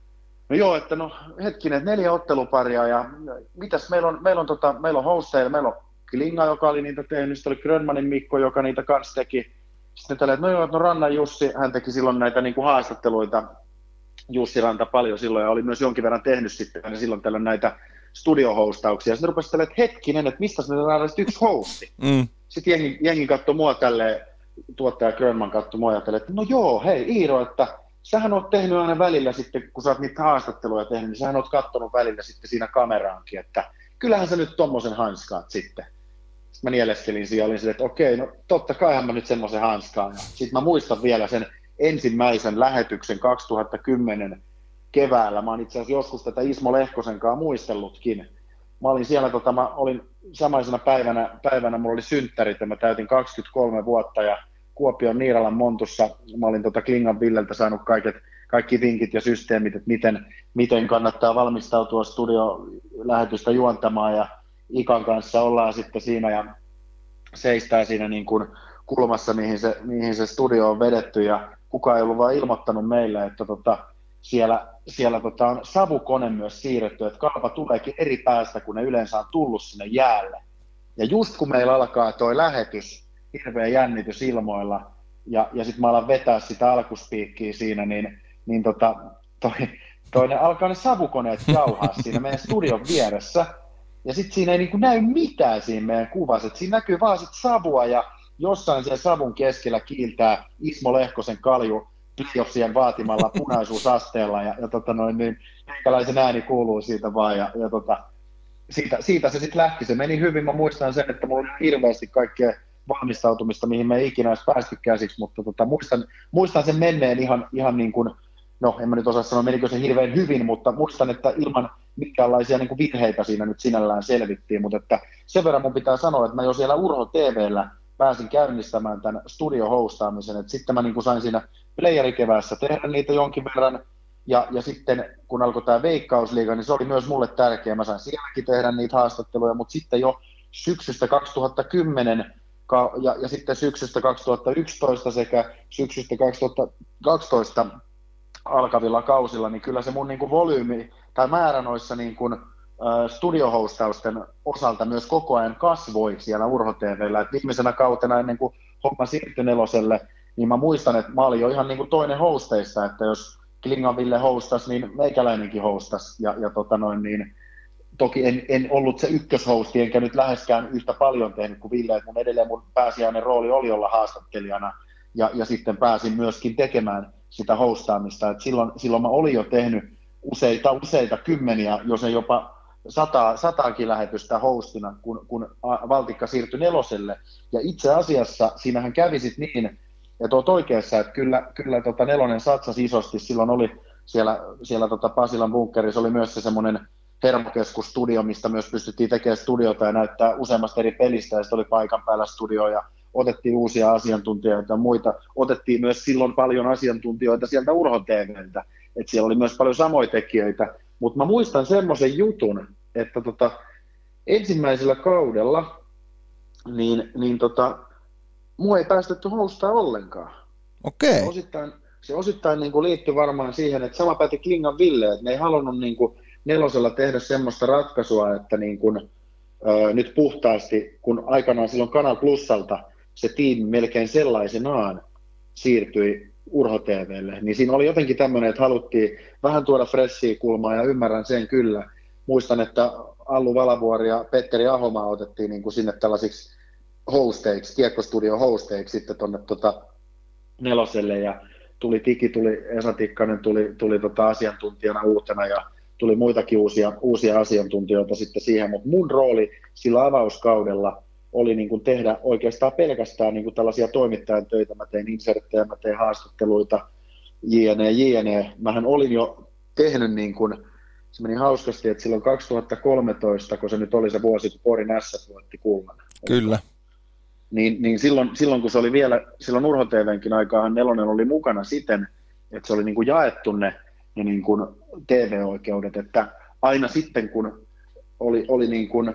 [SPEAKER 3] no joo, että no hetkinen, neljä otteluparia, ja mitäs meillä on, meillä on, tota, meillä on hosteja, meillä on Klinga, joka oli niitä tehnyt, sitten oli Grönmanin Mikko, joka niitä kanssa teki. Sitten tällä, että no joo, no Rannan Jussi, hän teki silloin näitä niin kuin haastatteluita, Jussi Ranta paljon silloin, ja oli myös jonkin verran tehnyt sitten ja silloin tällöin näitä studiohostauksia. Sitten rupesi tällä, että hetkinen, että mistä me saadaan sitten yksi hosti? Mm. Sitten jengi, jengi katsoi mua tälleen, tuottaja Grönman katsoi mua ja tälle, että no joo, hei Iiro, että sähän oot tehnyt aina välillä sitten, kun sä oot niitä haastatteluja tehnyt, niin sähän oot kattonut välillä sitten siinä kameraankin, että kyllähän sä nyt tommosen hanskaat sitten. Sitten mä nieleskelin siinä ja olin silleen, että okei, no totta kaihan mä nyt semmoisen hanskaan. Sitten mä muistan vielä sen ensimmäisen lähetyksen kaksituhattakymmenen keväällä. Mä oon itse asiassa joskus tätä Ismo Lehkosen kanssa muistellutkin. Mä olin siellä, tota, mä olin samaisena päivänä, päivänä mulla oli synttärit ja mä täytin kaksikymmentäkolme vuotta ja Kuopion Niiralan Montussa mä olin tota Klingan Villeltä saanut kaiket, kaikki vinkit ja systeemit, että miten, miten kannattaa valmistautua studiolähetystä juontamaan, ja Ikan kanssa ollaan sitten siinä ja seistää siinä niin kuin kulmassa, mihin se, mihin se studio on vedetty, ja kukaan ei ollut vaan ilmoittanut meille, että tota, siellä, siellä tota on savukone myös siirretty, että kalpa tuleekin eri päästä, kun ne yleensä on tullut sinne jäälle. Ja just kun meillä alkaa toi lähetys, hirveä jännitys ilmoilla, ja, ja sitten mä alan vetää sitä alkuspiikkiä siinä, niin, niin tota, toi, toi ne alkaa ne savukoneet jauhaa siinä meidän studion vieressä, ja sitten siinä ei niinku näy mitään siinä meidän kuvassa, että siinä näkyy vaan sit savua, ja jossain siellä savun keskellä kiiltää Ismo Lehkosen kalju playoffsien vaatimalla punaisuusasteella, ja, ja tota noin, niin minkälaisen ääni kuuluu siitä vaan, ja, ja tota, siitä, siitä se sitten lähti, se meni hyvin, mä muistan sen, että mulla oli hirveästi kaikkea valmistautumista, mihin me ei ikinä olisi päästy käsiksi, mutta tota, muistan, muistan sen menneen ihan, ihan niin kuin, no en mä nyt osaa sanoa, menikö se hirveän hyvin, mutta muistan, että ilman minkäänlaisia niin kuin virheitä siinä nyt sinällään selvittiin, mutta että sen verran mun pitää sanoa, että mä jo siellä Urho T V:llä pääsin käynnistämään tämän studio-hostaamisen, että sitten mä niin kuin sain siinä playerikeväässä tehdä niitä jonkin verran, Ja, ja sitten kun alkoi tämä Veikkausliiga, niin se oli myös mulle tärkeä. Mä sain sielläkin tehdä niitä haastatteluja, mutta sitten jo syksystä kaksituhattakymmenen ja, ja sitten syksystä kaksituhattayksitoista sekä syksystä kaksituhattakaksitoista alkavilla kausilla, niin kyllä se mun niin kuin volyymi tai määrä noissa niin kuin, äh, studiohostausten osalta myös koko ajan kasvoi siellä Urho T V:llä. Et viimeisenä kautena ennen kuin homma siirtyi Neloselle, niin mä muistan, että mä olin jo ihan niin kuin toinen hosteista, että jos Klingan Ville hostasi, niin meikäläinenkin hostasi. Ja, ja tota noin, niin, toki en, en ollut se ykköshosti, enkä nyt läheskään yhtä paljon tehnyt kuin Ville, että mun edelleen mun pääsiäinen rooli oli olla haastattelijana, ja, ja sitten pääsin myöskin tekemään sitä hostaamista. Et silloin, silloin mä olin jo tehnyt useita, useita kymmeniä, jos ei jopa sata, sataakin lähetystä hostina, kun, kun Valtikka siirtyi Neloselle. Ja itse asiassa siinähän kävi sit niin, että olet oikeassa, että kyllä, kyllä tota Nelonen satsasi isosti. Silloin oli siellä, siellä tota Pasilan bunkkerissa oli myös se semmoinen hermokeskusstudio, mistä myös pystyttiin tekemään studiota ja näyttää useammasta eri pelistä, ja sitten oli paikan päällä studio, ja otettiin uusia asiantuntijoita ja muita. Otettiin myös silloin paljon asiantuntijoita sieltä Urho T V:ltä, että siellä oli myös paljon samoja tekijöitä. Mutta mä muistan semmoisen jutun, että tota, ensimmäisellä kaudella niin, niin tota, mua ei päästetty hostaa ollenkaan.
[SPEAKER 1] Okei.
[SPEAKER 3] Se osittain, se osittain niin kuin liittyi varmaan siihen, että sama päti Klingan Ville, että ne ei halunnut niin kuin Nelosella tehdä semmoista ratkaisua, että niin kuin, ö, nyt puhtaasti, kun aikanaan silloin Kanal Plusalta se tiimi melkein sellaisenaan siirtyi Urho T V:lle, niin siinä oli jotenkin tämmöinen, että haluttiin vähän tuoda freshia kulmaa, ja ymmärrän sen kyllä. Muistan, että Allu Valavuori ja Petteri Ahomaa otettiin niin kuin sinne tällaisiksi hosteiksi, kiekkostudio hosteiksi sitten tuonne tota Neloselle, ja tuli Tiki, tuli Esa Tikkanen, tuli, tuli tota asiantuntijana uutena, ja tuli muitakin uusia, uusia asiantuntijoita sitten siihen, mutta mun rooli sillä avauskaudella oli niin kuin tehdä oikeastaan pelkästään niin kuin tällaisia toimittajan töitä. Mä tein inserttejä, mä tein haastatteluita, jne, jne. Mähän olin jo tehnyt, niin kuin, se meni hauskasti, että silloin kaksituhattakolmetoista, kun se nyt oli se vuosi, kun Porin Ässät voitti kulman.
[SPEAKER 1] Kyllä.
[SPEAKER 3] Niin, niin silloin, silloin, kun se oli vielä, silloin Urho T V:nkin aikaan Nelonen oli mukana siten, että se oli niin kuin jaettu ne, ne niin kuin T V-oikeudet, että aina sitten, kun oli, oli niin kuin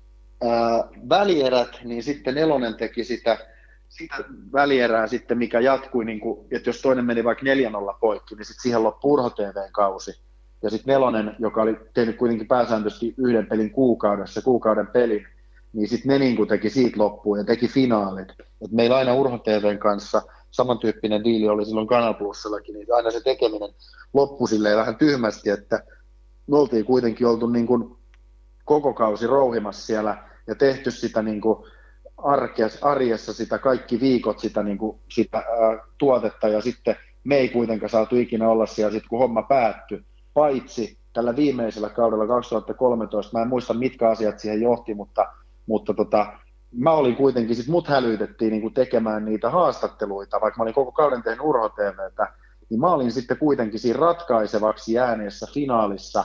[SPEAKER 3] Ää, välierät, niin sitten Nelonen teki sitä, sitä välierää sitten, mikä jatkui, niin kuin, että jos toinen meni vaikka neljä nolla poikki, niin sitten siihen loppui Urho T V:n kausi. Ja sitten Nelonen, joka oli tehnyt kuitenkin pääsääntöisesti yhden pelin kuukaudessa, kuukauden pelin, niin sitten ne niin kuin teki siitä loppuun ja teki finaalit. Et meillä aina Urho T V:n kanssa samantyyppinen diili oli silloin Kanal Plusallakin, niin aina se tekeminen loppui silleen vähän tyhmästi, että me oltiin kuitenkin oltu niin kuin koko kausi rouhimassa siellä ja tehty sitä niin kuin arjessa, arjessa sitä kaikki viikot sitä, niin kuin, sitä ää, tuotetta, ja sitten me ei kuitenkaan saatu ikinä olla siellä sit, kun homma päättyi, paitsi tällä viimeisellä kaudella kaksituhattakolmetoista, mä en muista mitkä asiat siihen johti, mutta, mutta tota, mä olin kuitenkin, sit mut hälytettiin niin kuin tekemään niitä haastatteluita, vaikka mä olin koko kauden tehnyt Urho T V:tä, niin mä olin sitten kuitenkin siinä ratkaisevaksi jääneessä finaalissa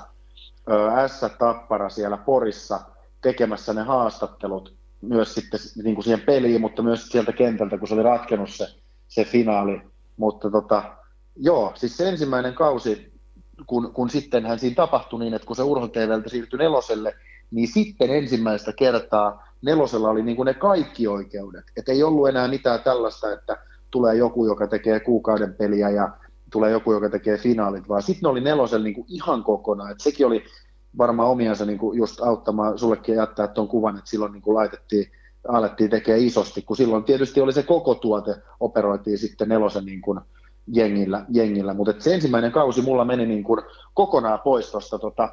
[SPEAKER 3] S-Tappara siellä Porissa tekemässä ne haastattelut myös sitten niin kuin siihen peliin, mutta myös sieltä kentältä, kun se oli ratkennut se, se finaali. Mutta tota, joo, siis se ensimmäinen kausi, kun, kun sittenhän siinä tapahtui niin, että kun se Urho T V:ltä siirtyi Neloselle, niin sitten ensimmäistä kertaa Nelosella oli niin kuin ne kaikki oikeudet. Että ei ollut enää mitään tällaista, että tulee joku, joka tekee kuukauden peliä ja tulee joku, joka tekee finaalit, vaan sitten ne oli Nelosella niin kuin ihan kokonaan. Et sekin oli varmaan omiansa niin kuin just auttamaan sullekin jättää tuon kuvan, että silloin niin kuin laitettiin, alettiin tekemään isosti, kun silloin tietysti oli se koko tuote, operoitiin sitten Nelosen niin kuin jengillä, jengillä. Mutta se ensimmäinen kausi mulla meni niin kuin kokonaan pois tuosta tota,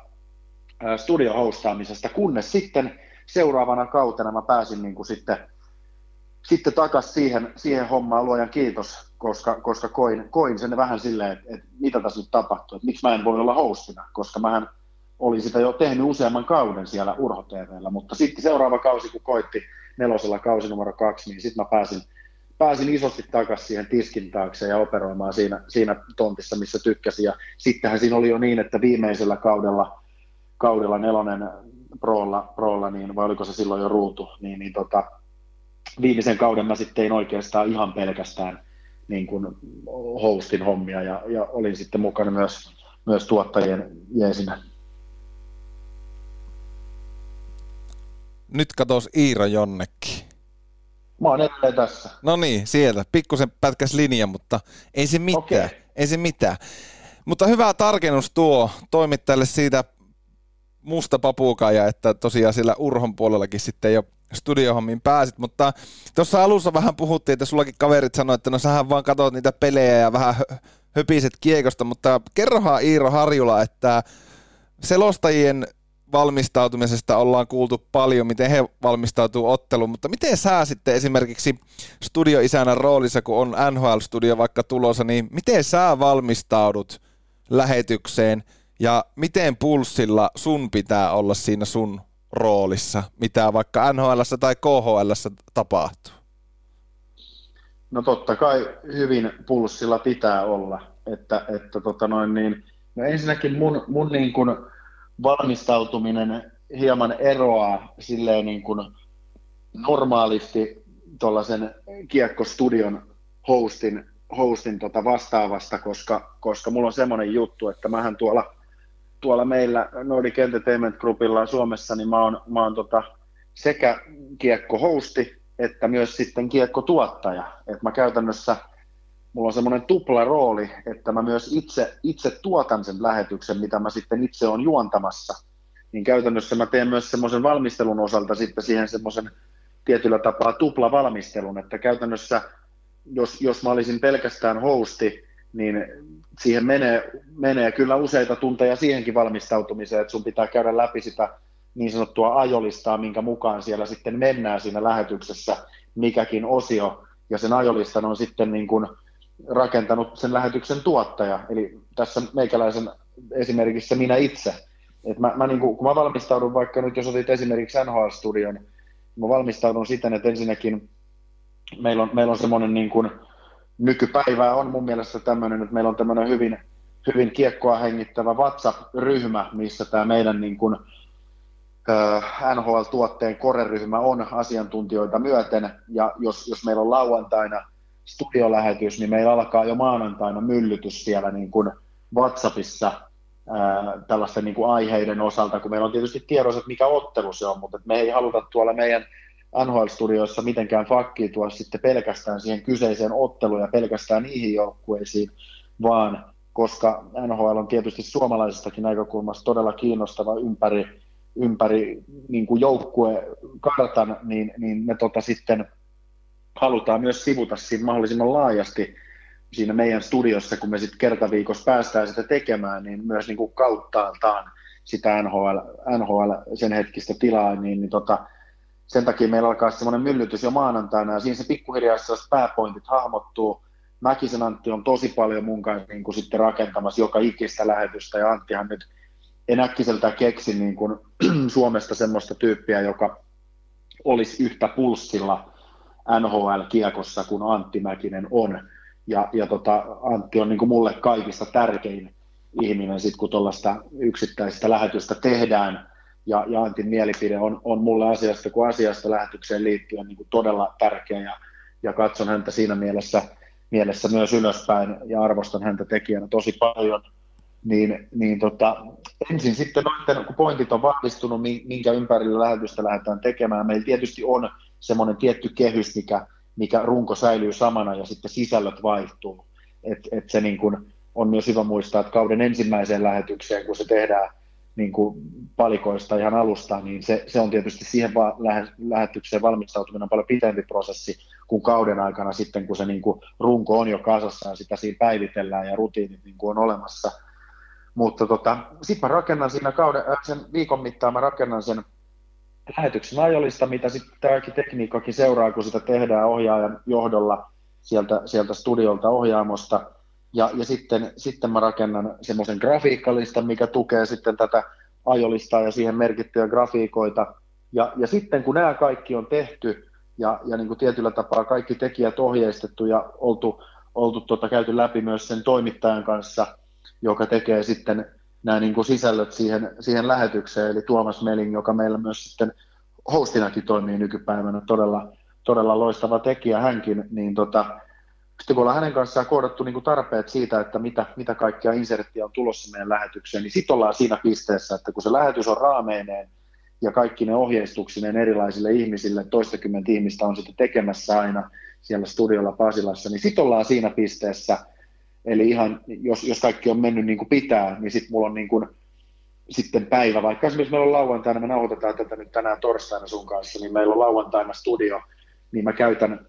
[SPEAKER 3] studiohostaamisesta, kunnes sitten seuraavana kautena mä pääsin niin kuin sitten, sitten takaisin siihen, siihen hommaan, luojan kiitos, koska, koska koin, koin sen vähän silleen, että, että mitä tässä nyt tapahtuu, että miksi mä en voi olla hostina, koska mähän olin sitä jo tehnyt useamman kauden siellä Urho T V:llä, mutta sitten seuraava kausi, kun koitti Nelosella kausi numero kaksi, niin sitten mä pääsin, pääsin isosti takaisin siihen tiskin taakse ja operoimaan siinä, siinä tontissa, missä tykkäsin. Ja sittenhän siinä oli jo niin, että viimeisellä kaudella, kaudella Nelonen Prolla, Prolla niin, vai oliko se silloin jo Ruutu, niin, niin tota, viimeisen kauden mä sitten tein oikeastaan ihan pelkästään niin kuin hostin hommia ja, ja olin sitten mukana myös myös tuottajien jeesinä.
[SPEAKER 1] Nyt katos Iiro jonnekin.
[SPEAKER 3] Mä oon edelleen tässä.
[SPEAKER 1] No niin, sieltä. Pikkusen pätkäs linja, mutta ei se mitään. Okay. Ei se mitään. Mutta hyvä tarkennus tuo toimittajalle siitä musta papukaija, että tosiaan sillä Urhon puolellakin sitten jo studiohommiin pääsit, mutta tuossa alussa vähän puhuttiin, että sullakin kaverit sanoi, että no sähän vaan katsot niitä pelejä ja vähän höpiset kiekosta, mutta kerrohan Iiro Harjula, että selostajien valmistautumisesta ollaan kuultu paljon, miten he valmistautuu otteluun, mutta miten sä sitten esimerkiksi studioisänän roolissa, kun on N H L-studio vaikka tulossa, niin miten sä valmistaudut lähetykseen ja miten pulssilla sun pitää olla siinä sun roolissa, mitä vaikka N H L:ssä tai K H L:ssä tapahtuu?
[SPEAKER 3] No totta kai hyvin pulssilla pitää olla, että, että tota noin niin, no ensinnäkin mun, mun niin kuin valmistautuminen hieman eroaa silleen niin kuin normaalisti tuollaisen kiekkostudion hostin, hostin tota vastaavasta, koska, koska mulla on semmoinen juttu, että mähän tuolla, tuolla meillä Nordic Entertainment Groupilla Suomessa, niin mä oon, mä oon tota sekä kiekkohosti että myös sitten kiekkotuottaja. Et mä käytännössä, mulla on semmoinen tupla rooli, että mä myös itse, itse tuotan sen lähetyksen, mitä mä sitten itse olen juontamassa. Niin käytännössä mä teen myös semmoisen valmistelun osalta sitten siihen semmoisen tietyllä tapaa tupla valmistelun, että käytännössä jos, jos mä olisin pelkästään hosti, niin siihen menee, menee kyllä useita tunteja siihenkin valmistautumiseen, että sun pitää käydä läpi sitä niin sanottua ajolistaa, minkä mukaan siellä sitten mennään siinä lähetyksessä mikäkin osio, ja sen ajolistan on sitten niin kuin rakentanut sen lähetyksen tuottaja, eli tässä meikäläisen esimerkiksi minä itse. Et mä, mä niin kuin, kun mä valmistaudun vaikka nyt, jos otit esimerkiksi N H L-studion, mä valmistaudun siten, että ensinnäkin meillä on, meillä on semmoinen niin kuin nykypäivää on mun mielestä tämmöinen, että meillä on tämmöinen hyvin, hyvin kiekkoa hengittävä WhatsApp-ryhmä, missä tämä meidän niin kuin N H L-tuotteen core-ryhmä on asiantuntijoita myöten, ja jos, jos meillä on lauantaina studiolähetys, niin meillä alkaa jo maanantaina myllytys siellä niin kuin WhatsAppissa ää, tällaisten niin kuin aiheiden osalta, kun meillä on tietysti tiedossa, että mikä ottelu se on, mutta me ei haluta tuolla meidän N H L-studioissa mitenkään fakkiitua sitten pelkästään siihen kyseiseen otteluun ja pelkästään niihin joukkueisiin, vaan koska N H L on tietysti suomalaisestakin näkökulmasta todella kiinnostava ympäri ympäri niin kuin joukkuekartan, niin, niin me tota sitten halutaan myös sivuta siinä mahdollisimman laajasti siinä meidän studiossa, kun me sitten kertaviikossa päästään sitä tekemään, niin myös niin kuin kauttaaltaan sitä N H L, N H L sen hetkistä tilaa, niin, niin tota, sen takia meillä alkaa semmoinen myllytys jo maanantaina, ja siinä se pikkuhiljaa sellaiset pääpointit hahmottuu. Mäkisen Antti on tosi paljon mun kanssa niin kuin sitten rakentamassa joka ikistä lähetystä, ja Anttihan nyt en äkkiseltään keksi niin kuin Suomesta semmoista tyyppiä, joka olisi yhtä pulssilla N H L-kiekossa kuin Antti Mäkinen on. Ja, ja tota, Antti on niin kuin mulle kaikista tärkein ihminen, sit, kun tuollaista yksittäistä lähetystä tehdään. Ja, ja Antin mielipide on, on mulle asiasta kuin asiasta lähetykseen liittyen niin kuin todella tärkeä. Ja, ja katson häntä siinä mielessä, mielessä myös ylöspäin ja arvostan häntä tekijänä tosi paljon. Niin, niin tota, ensin sitten noiden, kun pointit on vahvistunut, minkä ympärillä lähetystä lähdetään tekemään, meillä tietysti on semmoinen tietty kehys, mikä, mikä runko säilyy samana ja sitten sisällöt vaihtuu. Et, et se niin kun on myös hyvä muistaa, että kauden ensimmäiseen lähetykseen, kun se tehdään niin kuin palikoista ihan alusta, niin se, se on tietysti siihen va- lähe- lähetykseen valmistautuminen on paljon pitempi prosessi kuin kauden aikana sitten, kun se niin kuin runko on jo kasassa ja sitä siinä päivitellään ja rutiinit niin kuin on olemassa. Mutta tota, sitten mä rakennan siinä kauden, äh, sen viikon mittaan mä rakennan sen lähetyksen ajolista, mitä sitten tämäkin tekniikkakin seuraa, kun sitä tehdään ohjaajan johdolla sieltä, sieltä studiolta ohjaamosta. Ja, ja sitten, sitten mä rakennan semmoisen grafiikkalistan, mikä tukee sitten tätä ajolistaa ja siihen merkittyjä grafiikoita. Ja, ja sitten kun nämä kaikki on tehty ja, ja niin kuin tietyllä tapaa kaikki tekijät ohjeistettu ja oltu, oltu tota, käyty läpi myös sen toimittajan kanssa, joka tekee sitten nämä niin kuin sisällöt siihen, siihen lähetykseen, eli Tuomas Meling, joka meillä myös sitten hostinakin toimii nykypäivänä, todella, todella loistava tekijä hänkin, niin tota, sitten kun ollaan hänen kanssaan koodattu niin kuin tarpeet siitä, että mitä, mitä kaikkia inserttiä on tulossa meidän lähetykseen, niin sitten ollaan siinä pisteessä, että kun se lähetys on raameineen ja kaikki ne ohjeistuksineen erilaisille ihmisille, toistakymmentä ihmistä on sitten tekemässä aina siellä studiolla Pasilassa, niin sitten ollaan siinä pisteessä, eli ihan jos, jos kaikki on mennyt niin kuin pitää, niin sitten mulla on niin kuin sitten päivä, vaikka esimerkiksi meillä on lauantaina, me nauhoitetaan tätä nyt tänään torstaina sun kanssa, niin meillä on lauantaina studio, niin mä käytän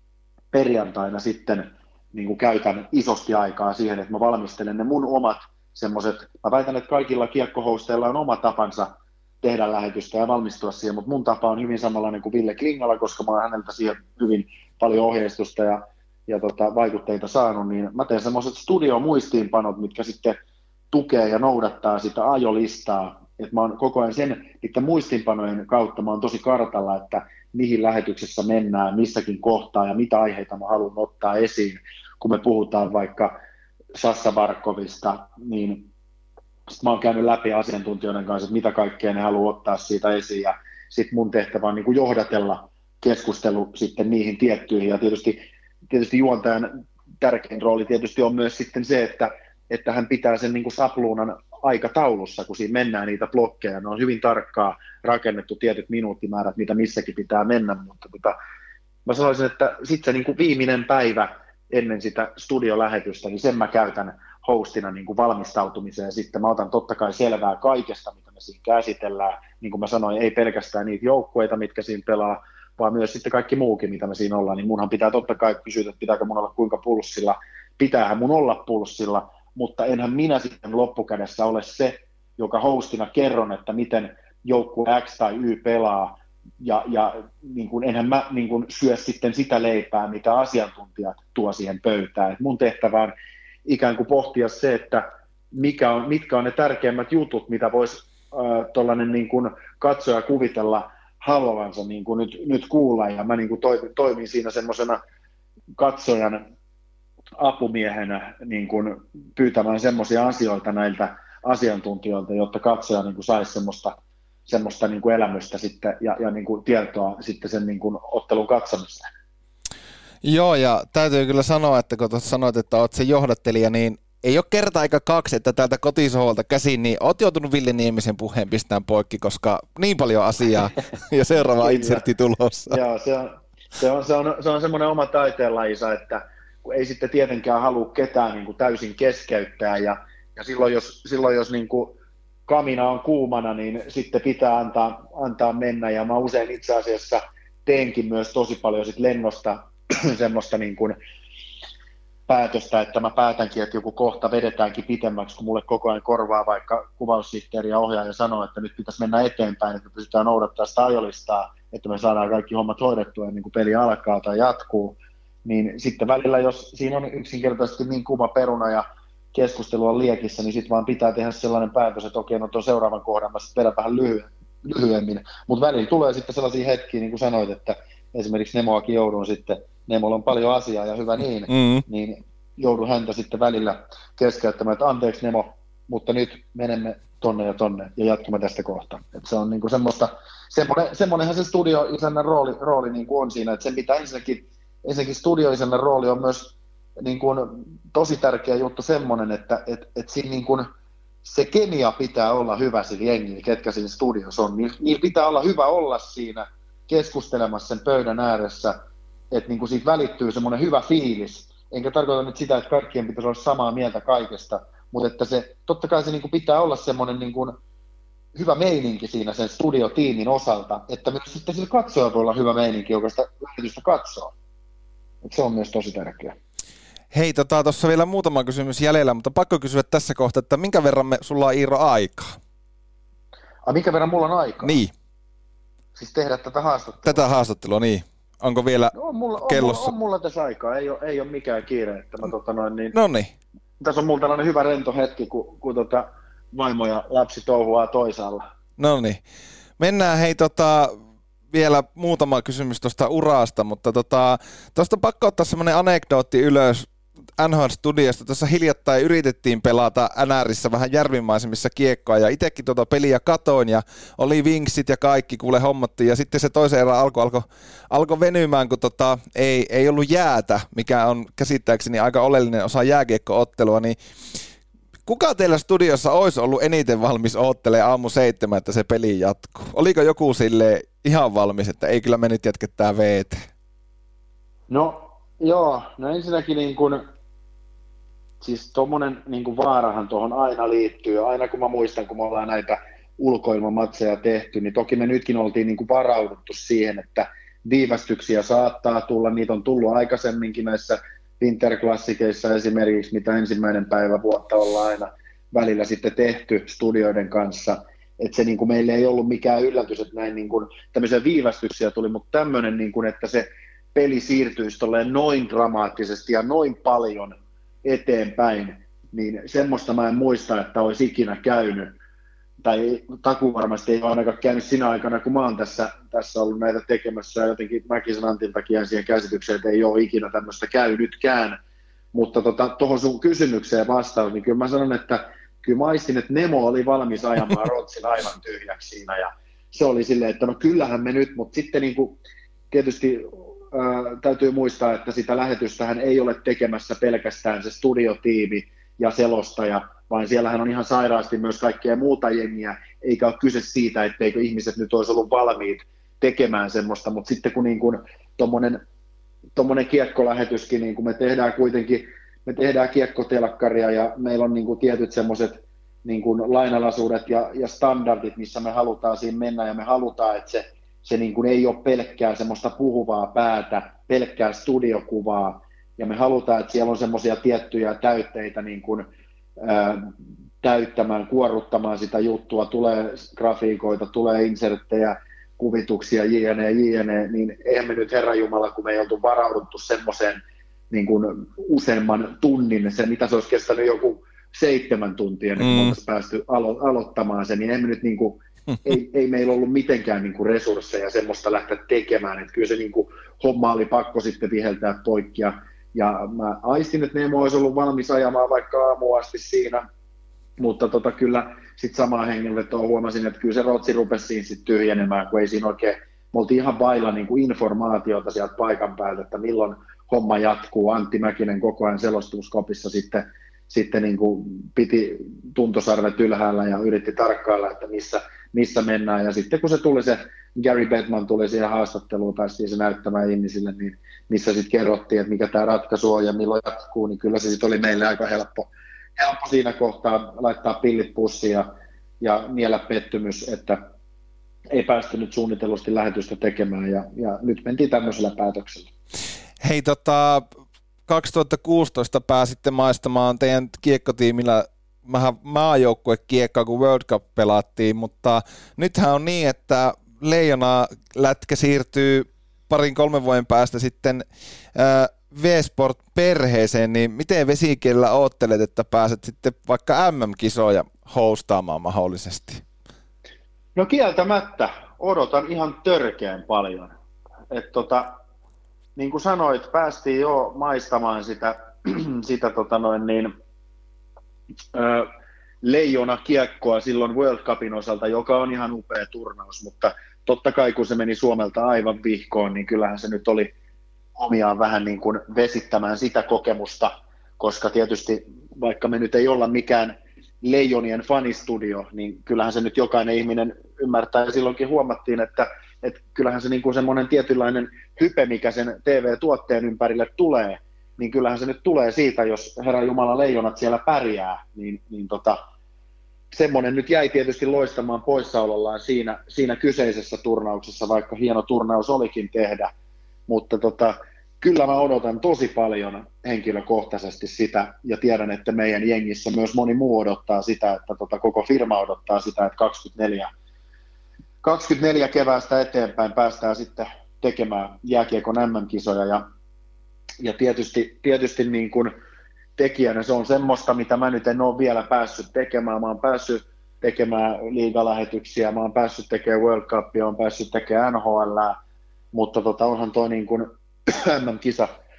[SPEAKER 3] perjantaina sitten niin kuin käytän isosti aikaa siihen, että mä valmistelen ne mun omat semmoiset, mä väitän, että kaikilla kiekkohosteilla on oma tapansa tehdä lähetystä ja valmistua siihen, mutta mun tapa on hyvin samanlainen kuin Ville Klingala, koska mä oon häneltä siihen hyvin paljon ohjeistusta ja, ja tota, vaikutteita saanut, niin mä teen semmoiset studiomuistiinpanot, mitkä sitten tukee ja noudattaa sitä ajolistaa, että mä oon koko ajan sen, niiden muistinpanojen kautta mä oon tosi kartalla, että mihin lähetyksessä mennään, missäkin kohtaa ja mitä aiheita mä haluan ottaa esiin. Kun me puhutaan vaikka Sassa Barkovista, niin sit mä oon käynyt läpi asiantuntijoiden kanssa, että mitä kaikkea ne haluaa ottaa siitä esiin, ja sitten mun tehtävä on niin kuin johdatella keskustelu sitten niihin tiettyihin, ja tietysti, tietysti juontajan tärkein rooli tietysti on myös sitten se, että, että hän pitää sen niin kuin sapluunan aikataulussa, kun siinä mennään niitä blokkeja. Ne on hyvin tarkkaa rakennettu tietyt minuuttimäärät, mitä missäkin pitää mennä, mutta tota, mä sanoisin, että sitten se niin kuin viimeinen päivä ennen sitä studiolähetystä, niin sen mä käytän hostina niin kuin valmistautumiseen. Sitten mä otan totta kai selvää kaikesta, mitä me siinä käsitellään. Niin kuin mä sanoin, ei pelkästään niitä joukkueita, mitkä siinä pelaa, vaan myös sitten kaikki muukin, mitä me siinä ollaan. Niin munhan pitää totta kai kysyä, että pitääkö mun olla kuinka pulssilla. Pitäähän mun olla pulssilla, mutta enhän minä sitten loppukädessä ole se, joka hostina kerron, että miten joukkue X tai Y pelaa, ja, ja niin kuin, enhän mä niin kuin, syö sitten sitä leipää, mitä asiantuntijat tuo siihen pöytään. Et mun tehtävä on ikään kuin pohtia se, että mikä on, mitkä on ne tärkeimmät jutut, mitä voisi äh, tuollainen niin kuin katsoja kuvitella haluavansa niin kuin nyt, nyt kuulla, ja mä niin kuin toimin, toimin siinä semmoisena katsojan apumiehenä niin kuin pyytämään semmoisia asioita näiltä asiantuntijoilta, jotta katsoja niin kuin saisi semmoista, semmoista niin kuin elämystä sitten ja, ja niin kuin tietoa sitten sen niin kuin ottelun katsomiseen.
[SPEAKER 1] Joo, ja täytyy kyllä sanoa, että kun tuossa sanoit, että olet se johdattelija, niin ei ole kerta eikä kaksi, että täältä kotisoholta käsin, niin olet joutunut Ville Niemisen puheen pistään poikki, koska niin paljon asiaa ja seuraava insertti tulossa.
[SPEAKER 3] Joo, se on, se on, se on, se on semmoinen oma taiteenlajinsa, että kun ei sitten tietenkään halua ketään niin kuin täysin keskeyttää, ja, ja silloin jos, silloin jos niin kuin kamina on kuumana, niin sitten pitää antaa, antaa mennä, ja mä usein itse asiassa teenkin myös tosi paljon sit lennosta semmoista niin kuin päätöstä, että mä päätänkin, että joku kohta vedetäänkin pitemmäksi, kun mulle koko ajan korvaa vaikka kuvaussihteeri ja ohjaaja sanoo, että nyt pitäisi mennä eteenpäin, että me pystytään noudattaa sitä ajolistaa, että me saadaan kaikki hommat hoidettua ennen kuin peli alkaa tai jatkuu, niin sitten välillä, jos siinä on yksinkertaisesti niin kuuma peruna ja keskustelu on liekissä, niin sitten vaan pitää tehdä sellainen päätös, että okei, no tuon seuraavan kohdan mä sitten vedän vähän lyhy- lyhyemmin, mutta välillä tulee sitten sellaisia hetkiä, niin kuin sanoit, että esimerkiksi Nemoakin joudun sitten, Nemolla on paljon asiaa ja hyvä niin, mm. niin joudun häntä sitten välillä keskeyttämään, että anteeksi Nemo, mutta nyt menemme tonne ja tonne ja jatkamme tästä kohtaa. Että se on niin kuin semmoista, semmoinen, semmoinenhan se studioisännän rooli, rooli niin kuin on siinä, että sen pitää ensinnäkin, ensinnäkin studioisännän rooli on myös niin kuin tosi tärkeä juttu semmoinen, että et, et siinä niin kuin se kemia pitää olla hyvä sillä jengillä, ketkä siinä studiossa on. Niillä pitää olla hyvä olla siinä keskustelemassa sen pöydän ääressä, että niin kuin siitä välittyy semmoinen hyvä fiilis. Enkä tarkoita nyt sitä, että kaikkien pitäisi olla samaa mieltä kaikesta, mutta että se, totta kai se niin kuin pitää olla semmoinen niin kuin hyvä meininki siinä sen studiotiimin osalta, että myös sitten sillä katsojalla voi olla hyvä meininki, joka sitä lähetystä katsoo. Et se on myös tosi tärkeää.
[SPEAKER 1] Hei, tuossa tota, vielä muutama kysymys jäljellä, mutta pakko kysyä tässä kohtaa, että minkä verran me, sulla on Iiro aikaa?
[SPEAKER 3] A, minkä verran mulla on aikaa?
[SPEAKER 1] Niin.
[SPEAKER 3] Siis tehdä tätä haastattelua?
[SPEAKER 1] Tätä haastattelua, niin. Onko vielä
[SPEAKER 3] no, on mulla,
[SPEAKER 1] kellossa?
[SPEAKER 3] On, on, on mulla tässä aikaa, ei ole, ei ole mikään kiire. Että mä, tota, noin, niin,
[SPEAKER 1] Noniin.
[SPEAKER 3] Tässä on mulla tällainen hyvä rento hetki, kun, kun tota, vaimo ja lapsi touhuaa toisaalla.
[SPEAKER 1] Noniin. Mennään hei tota... vielä muutama kysymys tuosta urasta, mutta tuosta tota, pakko ottaa semmoinen anekdootti ylös. N H L-studiosta. Tuossa hiljattain yritettiin pelata N R:ssä vähän järvimaisemissa kiekkoa ja itsekin tuota peliä katoin ja oli vinksit ja kaikki kuule hommattiin ja sitten se toisen erään alkoi alko, alko venymään, kun tota, ei, ei ollut jäätä, mikä on käsittääkseni aika oleellinen osa jääkiekko-ottelua, niin kuka teillä studiossa olisi ollut eniten valmis oottelemaan aamu seitsemän, että se peli jatkuu? Oliko joku sille ihan valmis, että ei kyllä me nyt jatketaan V T?
[SPEAKER 3] No joo, no ensinnäkin niin kuin, siis tommonen niin kuin vaarahan tuohon aina liittyy. Aina kun mä muistan, kun me ollaan näitä ulkoilmamatseja tehty, niin toki me nytkin oltiin niin kuin varauduttu siihen, että viivästyksiä saattaa tulla. Niitä on tullut aikaisemminkin näissä Winterklassikeissa esimerkiksi, mitä ensimmäinen päivä vuotta ollaan aina välillä sitten tehty studioiden kanssa. Että se niin kuin meille ei ollut mikään yllätys, että näin niin kuin tämmöisiä viivästyksiä tuli, mutta tämmöinen, niin kuin, että se peli siirtyisi tolleen noin dramaattisesti ja noin paljon eteenpäin, niin semmoista mä en muista, että olisi ikinä käynyt, tai takuvarmasti ei ole ainakaan käynyt sinä aikana, kun mä oon tässä, tässä ollut näitä tekemässä, ja jotenkin Mäkisen Antiltakin jään siihen käsitykseen, että ei ole ikinä tämmöistä käynytkään, mutta tuohon tota, sun kysymykseen vastaus, niin kyllä mä sanon, että kyllä mä aistin, että Nemo oli valmis ajamaan Rotsin aivan tyhjäksi siinä, ja se oli silleen, että no kyllähän me nyt, mutta sitten niin kuin, tietysti ää, täytyy muistaa, että sitä lähetystähän ei ole tekemässä pelkästään se studiotiimi ja selostaja, vaan siellähän on ihan sairaasti myös kaikkea muuta jengiä, eikä ole kyse siitä, etteikö ihmiset nyt olisi ollut valmiit tekemään semmoista, mutta sitten kun niin kuin tommonen, tommonen kiekkolähetyskin, niin kuin me tehdään kuitenkin, me tehdään kiekkotelkkaria ja meillä on niin kuin tietyt semmoiset niin kuin lainalaisuudet ja, ja standardit, missä me halutaan siinä mennä ja me halutaan, että se, se niin kuin ei ole pelkkää semmoista puhuvaa päätä, pelkkää studiokuvaa ja me halutaan, että siellä on semmoisia tiettyjä täytteitä niin kuin, ää, täyttämään, kuorruttamaan sitä juttua, tulee grafiikoita, tulee inserttejä, kuvituksia, jne, jne, niin eihän me nyt Herranjumala, kun me ei oltu varauduttu semmoiseen niin kuin useamman tunnin, se mitä se olisi kestänyt joku seitsemän tuntia, niin kun mm. oltaisiin päästy alo- aloittamaan sen, niin emme nyt niin kuin, ei, ei meillä ollut mitenkään niin kuin resursseja semmoista lähteä tekemään, että kyllä se niin kuin homma oli pakko sitten viheltää poikki, ja, ja mä aistin, että Nemo olisi ollut valmis ajamaan vaikka aamuun asti siinä, mutta tota, kyllä sitten samaan hengenvetoon huomasin, että kyllä se Rotsi rupesi siinä sitten tyhjenemään, kun ei siinä oikein, me oltiin ihan vailla niin kuin informaatiota sieltä paikan päältä, että milloin homma jatkuu. Antti Mäkinen koko ajan selostuskopissa sitten, sitten niin kuin piti tuntosarvet ylhäällä ja yritti tarkkailla, että missä, missä mennään. Ja sitten kun se tuli se, Gary Bettman tuli siihen haastatteluun, päästiin se näyttämään ihmisille, niin missä sitten kerrottiin, että mikä tämä ratkaisu on ja milloin jatkuu, niin kyllä se sitten oli meille aika helppo, helppo siinä kohtaa laittaa pillit pussiin ja, ja niellä pettymys, että ei päästy nyt suunnitellusti lähetystä tekemään ja, ja nyt mentiin tämmöisellä päätöksellä.
[SPEAKER 1] Hei, tota, kaksituhattakuusitoista pääsitte maistamaan teidän kiekkotiimillä maajoukkuekiekkaa, kun World Cup pelattiin, mutta nythän on niin, että Leijona-lätkä siirtyy parin kolmen vuoden päästä sitten äh, V-Sport-perheeseen, niin miten vesikielellä oottelet, että pääset sitten vaikka M M-kisoja hostaamaan mahdollisesti?
[SPEAKER 3] No kieltämättä, odotan ihan törkeän paljon. Et tota, niin kuin sanoit, päästiin jo maistamaan sitä, sitä tota noin niin, ö, leijona-kiekkoa silloin World Cupin osalta, joka on ihan upea turnaus, mutta totta kai kun se meni Suomelta aivan vihkoon, niin kyllähän se nyt oli omiaan vähän niin kuin vesittämään sitä kokemusta, koska tietysti vaikka me nyt ei olla mikään Leijonien fanistudio, niin kyllähän se nyt jokainen ihminen ymmärtää, ja silloinkin huomattiin, että, että kyllähän se niin kuin semmoinen tietynlainen hype, mikä sen T V-tuotteen ympärille tulee, niin kyllähän se nyt tulee siitä, jos Herran Jumala Leijonat siellä pärjää, niin, niin tota, semmoinen nyt jäi tietysti loistamaan poissaolollaan siinä, siinä kyseisessä turnauksessa, vaikka hieno turnaus olikin tehdä, mutta tota, kyllä mä odotan tosi paljon henkilökohtaisesti sitä, ja tiedän, että meidän jengissä myös moni muu odottaa sitä, että tota, koko firma odottaa sitä, että kaksikymmentäneljä, kaksikymmentäneljä keväästä eteenpäin päästään sitten tekemään jääkiekon M M-kisoja, ja, ja tietysti, tietysti niin kuin tekijänä se on semmoista, mitä mä nyt en ole vielä päässyt tekemään. Mä oon päässyt tekemään liigalähetyksiä, mä oon päässyt tekemään World Cupia, mä oon päässyt tekemään N H L, mutta tota, onhan toi niin kuin M M-kisa,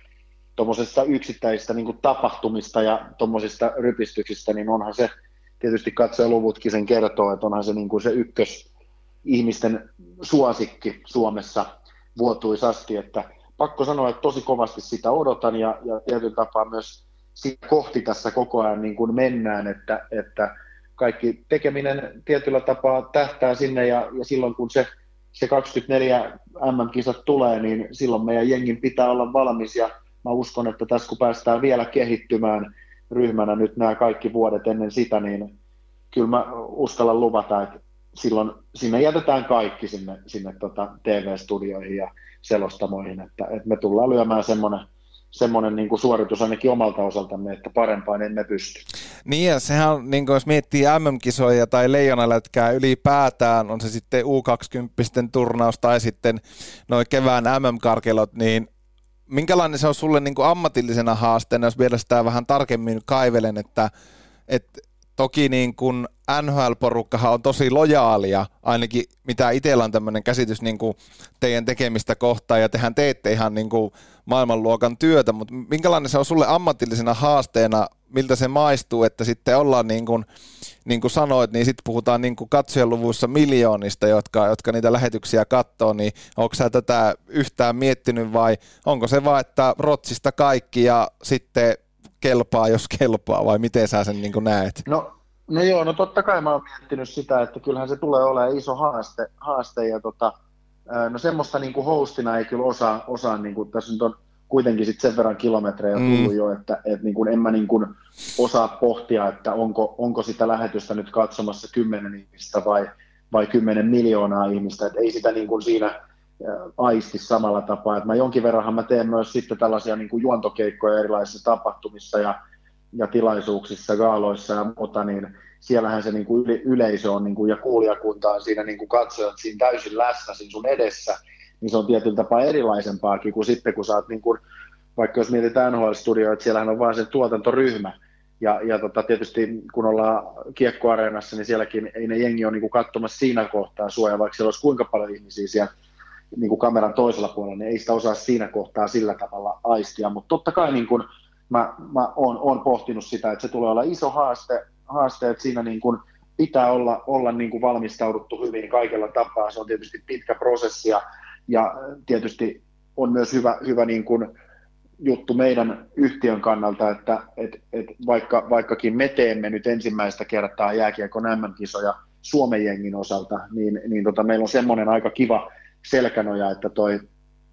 [SPEAKER 3] tuommoisesta yksittäisistä niin kuin tapahtumista ja tuommoisista rypistyksistä, niin onhan se, tietysti katsojaluvutkin sen kertoo, että onhan se niin kuin se ykkös ihmisten suosikki Suomessa vuotuisasti, että pakko sanoa, että tosi kovasti sitä odotan ja, ja tietyllä tapaa myös sitä kohti tässä koko ajan niin kuin mennään, että, että kaikki tekeminen tietyllä tapaa tähtää sinne ja, ja silloin kun se, se kaksikymmentäneljä M M-kisat tulee, niin silloin meidän jengin pitää olla valmis ja mä uskon, että tässä kun päästään vielä kehittymään ryhmänä nyt nämä kaikki vuodet ennen sitä, niin kyllä mä uskallan luvata, että silloin sinne jätetään kaikki sinne, sinne tota T V-studioihin ja selostamoihin, että, että me tullaan lyömään semmoinen semmoinen niin kuin suoritus ainakin omalta osaltamme, että parempaan emme pysty.
[SPEAKER 1] Niin ja sehän on, niin kuin jos miettii M M-kisoja tai leijonalätkää ylipäätään, on se sitten U kaksikymmentä turnaus tai sitten noin kevään M M-karkelot, niin minkälainen se on sulle niin kuin ammatillisena haasteena, jos vielä sitä vähän tarkemmin kaivelen, että, että toki niin kuin N H L-porukkahan on tosi lojaalia, ainakin mitä itsellä on tämmöinen käsitys niin kuin teidän tekemistä kohtaan, ja tehän teette ihan niin kuin maailmanluokan työtä, mutta minkälainen se on sulle ammatillisena haasteena, miltä se maistuu, että sitten ollaan niin kuin, niin kuin sanoit, niin sitten puhutaan niin kuin katsojaluvuissa miljoonista, jotka, jotka niitä lähetyksiä katsoo, niin onko sä tätä yhtään miettinyt vai onko se vaan, että rotsista kaikki ja sitten kelpaa, jos kelpaa, vai miten sä sen niin kuin näet?
[SPEAKER 3] No, no joo, no totta kai mä oon miettinyt sitä, että kyllähän se tulee olemaan iso haaste, haaste ja tota, no semmoista niin kuin hostina ei kyllä osaa, osaa niin kuin, tässä nyt on kuitenkin sit sen verran kilometrejä tullut mm. jo, että et niin kuin en mä niin kuin osaa pohtia, että onko, onko sitä lähetystä nyt katsomassa kymmenen ihmistä vai, vai kymmenen miljoonaa ihmistä, että ei sitä niin kuin siinä aisti samalla tapaa, että mä jonkin verranhan mä teen myös sitten tällaisia niin kuin juontokeikkoja erilaisissa tapahtumissa ja, ja tilaisuuksissa, gaaloissa ja muuta, niin siellähän se niin kuin yle, yleisö on niin kuin, ja kuulijakunta on siinä niin kuin katsojat siinä täysin läsnä siinä sun edessä, niin se on tietyllä tapaa erilaisempaakin kuin sitten, kun sä oot niin kuin, vaikka jos mietitään N H L-studioa, että siellähän on vaan se tuotantoryhmä, ja, ja tota, tietysti kun ollaan Kiekko-areenassa, niin sielläkin ei ne jengi ole niin kuin katsomassa siinä kohtaa sua, ja vaikka siellä olisi kuinka paljon ihmisiä siellä niin kuin kameran toisella puolella, niin ei sitä osaa siinä kohtaa sillä tavalla aistia, mutta totta kai niin kuin mä, mä oon, oon pohtinut sitä, että se tulee olla iso haaste, haaste että siinä niin kuin pitää olla, olla niin kuin valmistauduttu hyvin kaikella tapaa, se on tietysti pitkä prosessi ja, ja tietysti on myös hyvä, hyvä niin kuin juttu meidän yhtiön kannalta, että et, et vaikka, vaikkakin me teemme nyt ensimmäistä kertaa jääkiekon M M-kisoja Suomen jengin osalta, niin, niin tota, meillä on semmoinen aika kiva selkänoja, että toi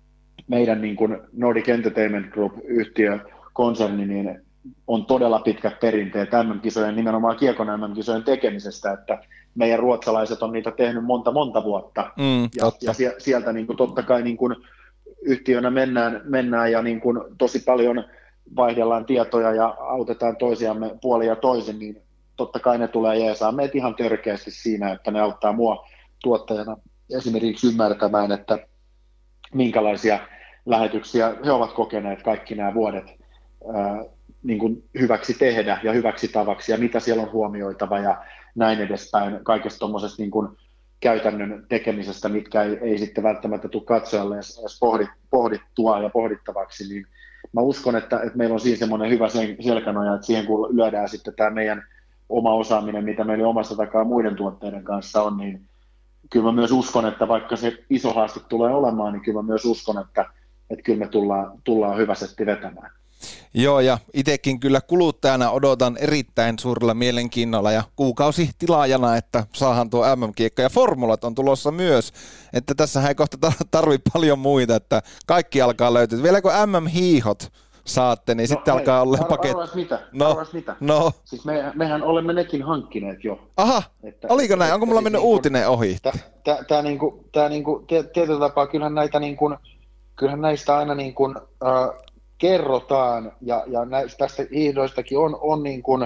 [SPEAKER 3] meidän niin kuin Nordic Entertainment Group-yhtiö, konserni, niin on todella pitkät perinteet M M-kisojen, nimenomaan kiekon M M-kisojen tekemisestä, että meidän ruotsalaiset on niitä tehnyt monta monta vuotta,
[SPEAKER 1] mm,
[SPEAKER 3] ja, ja sieltä niin kuin totta kai niin kuin yhtiönä mennään, mennään ja niin kuin tosi paljon vaihdellaan tietoja ja autetaan toisiamme puolin ja toisin, niin totta kai ne tulee jeesaa meitä ihan törkeästi siinä, että ne auttaa mua tuottajana esimerkiksi ymmärtämään, että minkälaisia lähetyksiä he ovat kokeneet kaikki nämä vuodet ää, niin kuin hyväksi tehdä ja hyväksi tavaksi ja mitä siellä on huomioitava ja näin edespäin kaikesta tuommoisesta niin kuin käytännön tekemisestä, mitkä ei, ei sitten välttämättä tule katsojalle edes pohdittua ja pohdittavaksi, niin mä uskon, että, että meillä on siinä semmoinen hyvä selkänoja, että siihen kun lyödään sitten tämä meidän oma osaaminen, mitä meillä omasta takaa muiden tuotteiden kanssa on, niin kyllä mä myös uskon, että vaikka se iso haaste tulee olemaan, niin kyllä mä myös uskon, että, että kyllä me tullaan, tullaan hyvä setti vetämään.
[SPEAKER 1] Joo, ja itsekin kyllä kuluttajana odotan erittäin suurella mielenkiinnolla ja kuukausi tilaajana, että saahan tuo M M-kiekka ja formulat on tulossa myös, että tässä ei kohta tarvi paljon muita, että kaikki alkaa löytyä. Vielä kun M M-hiihot saatte, niin no, sitten hei, alkaa olla paketti.
[SPEAKER 3] Arvas mitä?
[SPEAKER 1] No,
[SPEAKER 3] Arvas mitä?
[SPEAKER 1] No.
[SPEAKER 3] Siis me, mehän olemme nekin hankkineet jo.
[SPEAKER 1] Aha, että, oliko näin? Onko mulla siis mennyt niin uutinen kun, ohi?
[SPEAKER 3] Tämä niinku, niinku, tietyllä tapaa, kyllähän, näitä niinku, kyllähän näistä aina niin kuin, äh, kerrotaan, ja, ja näistä, tästä hiihdoistakin on, on niin kuin,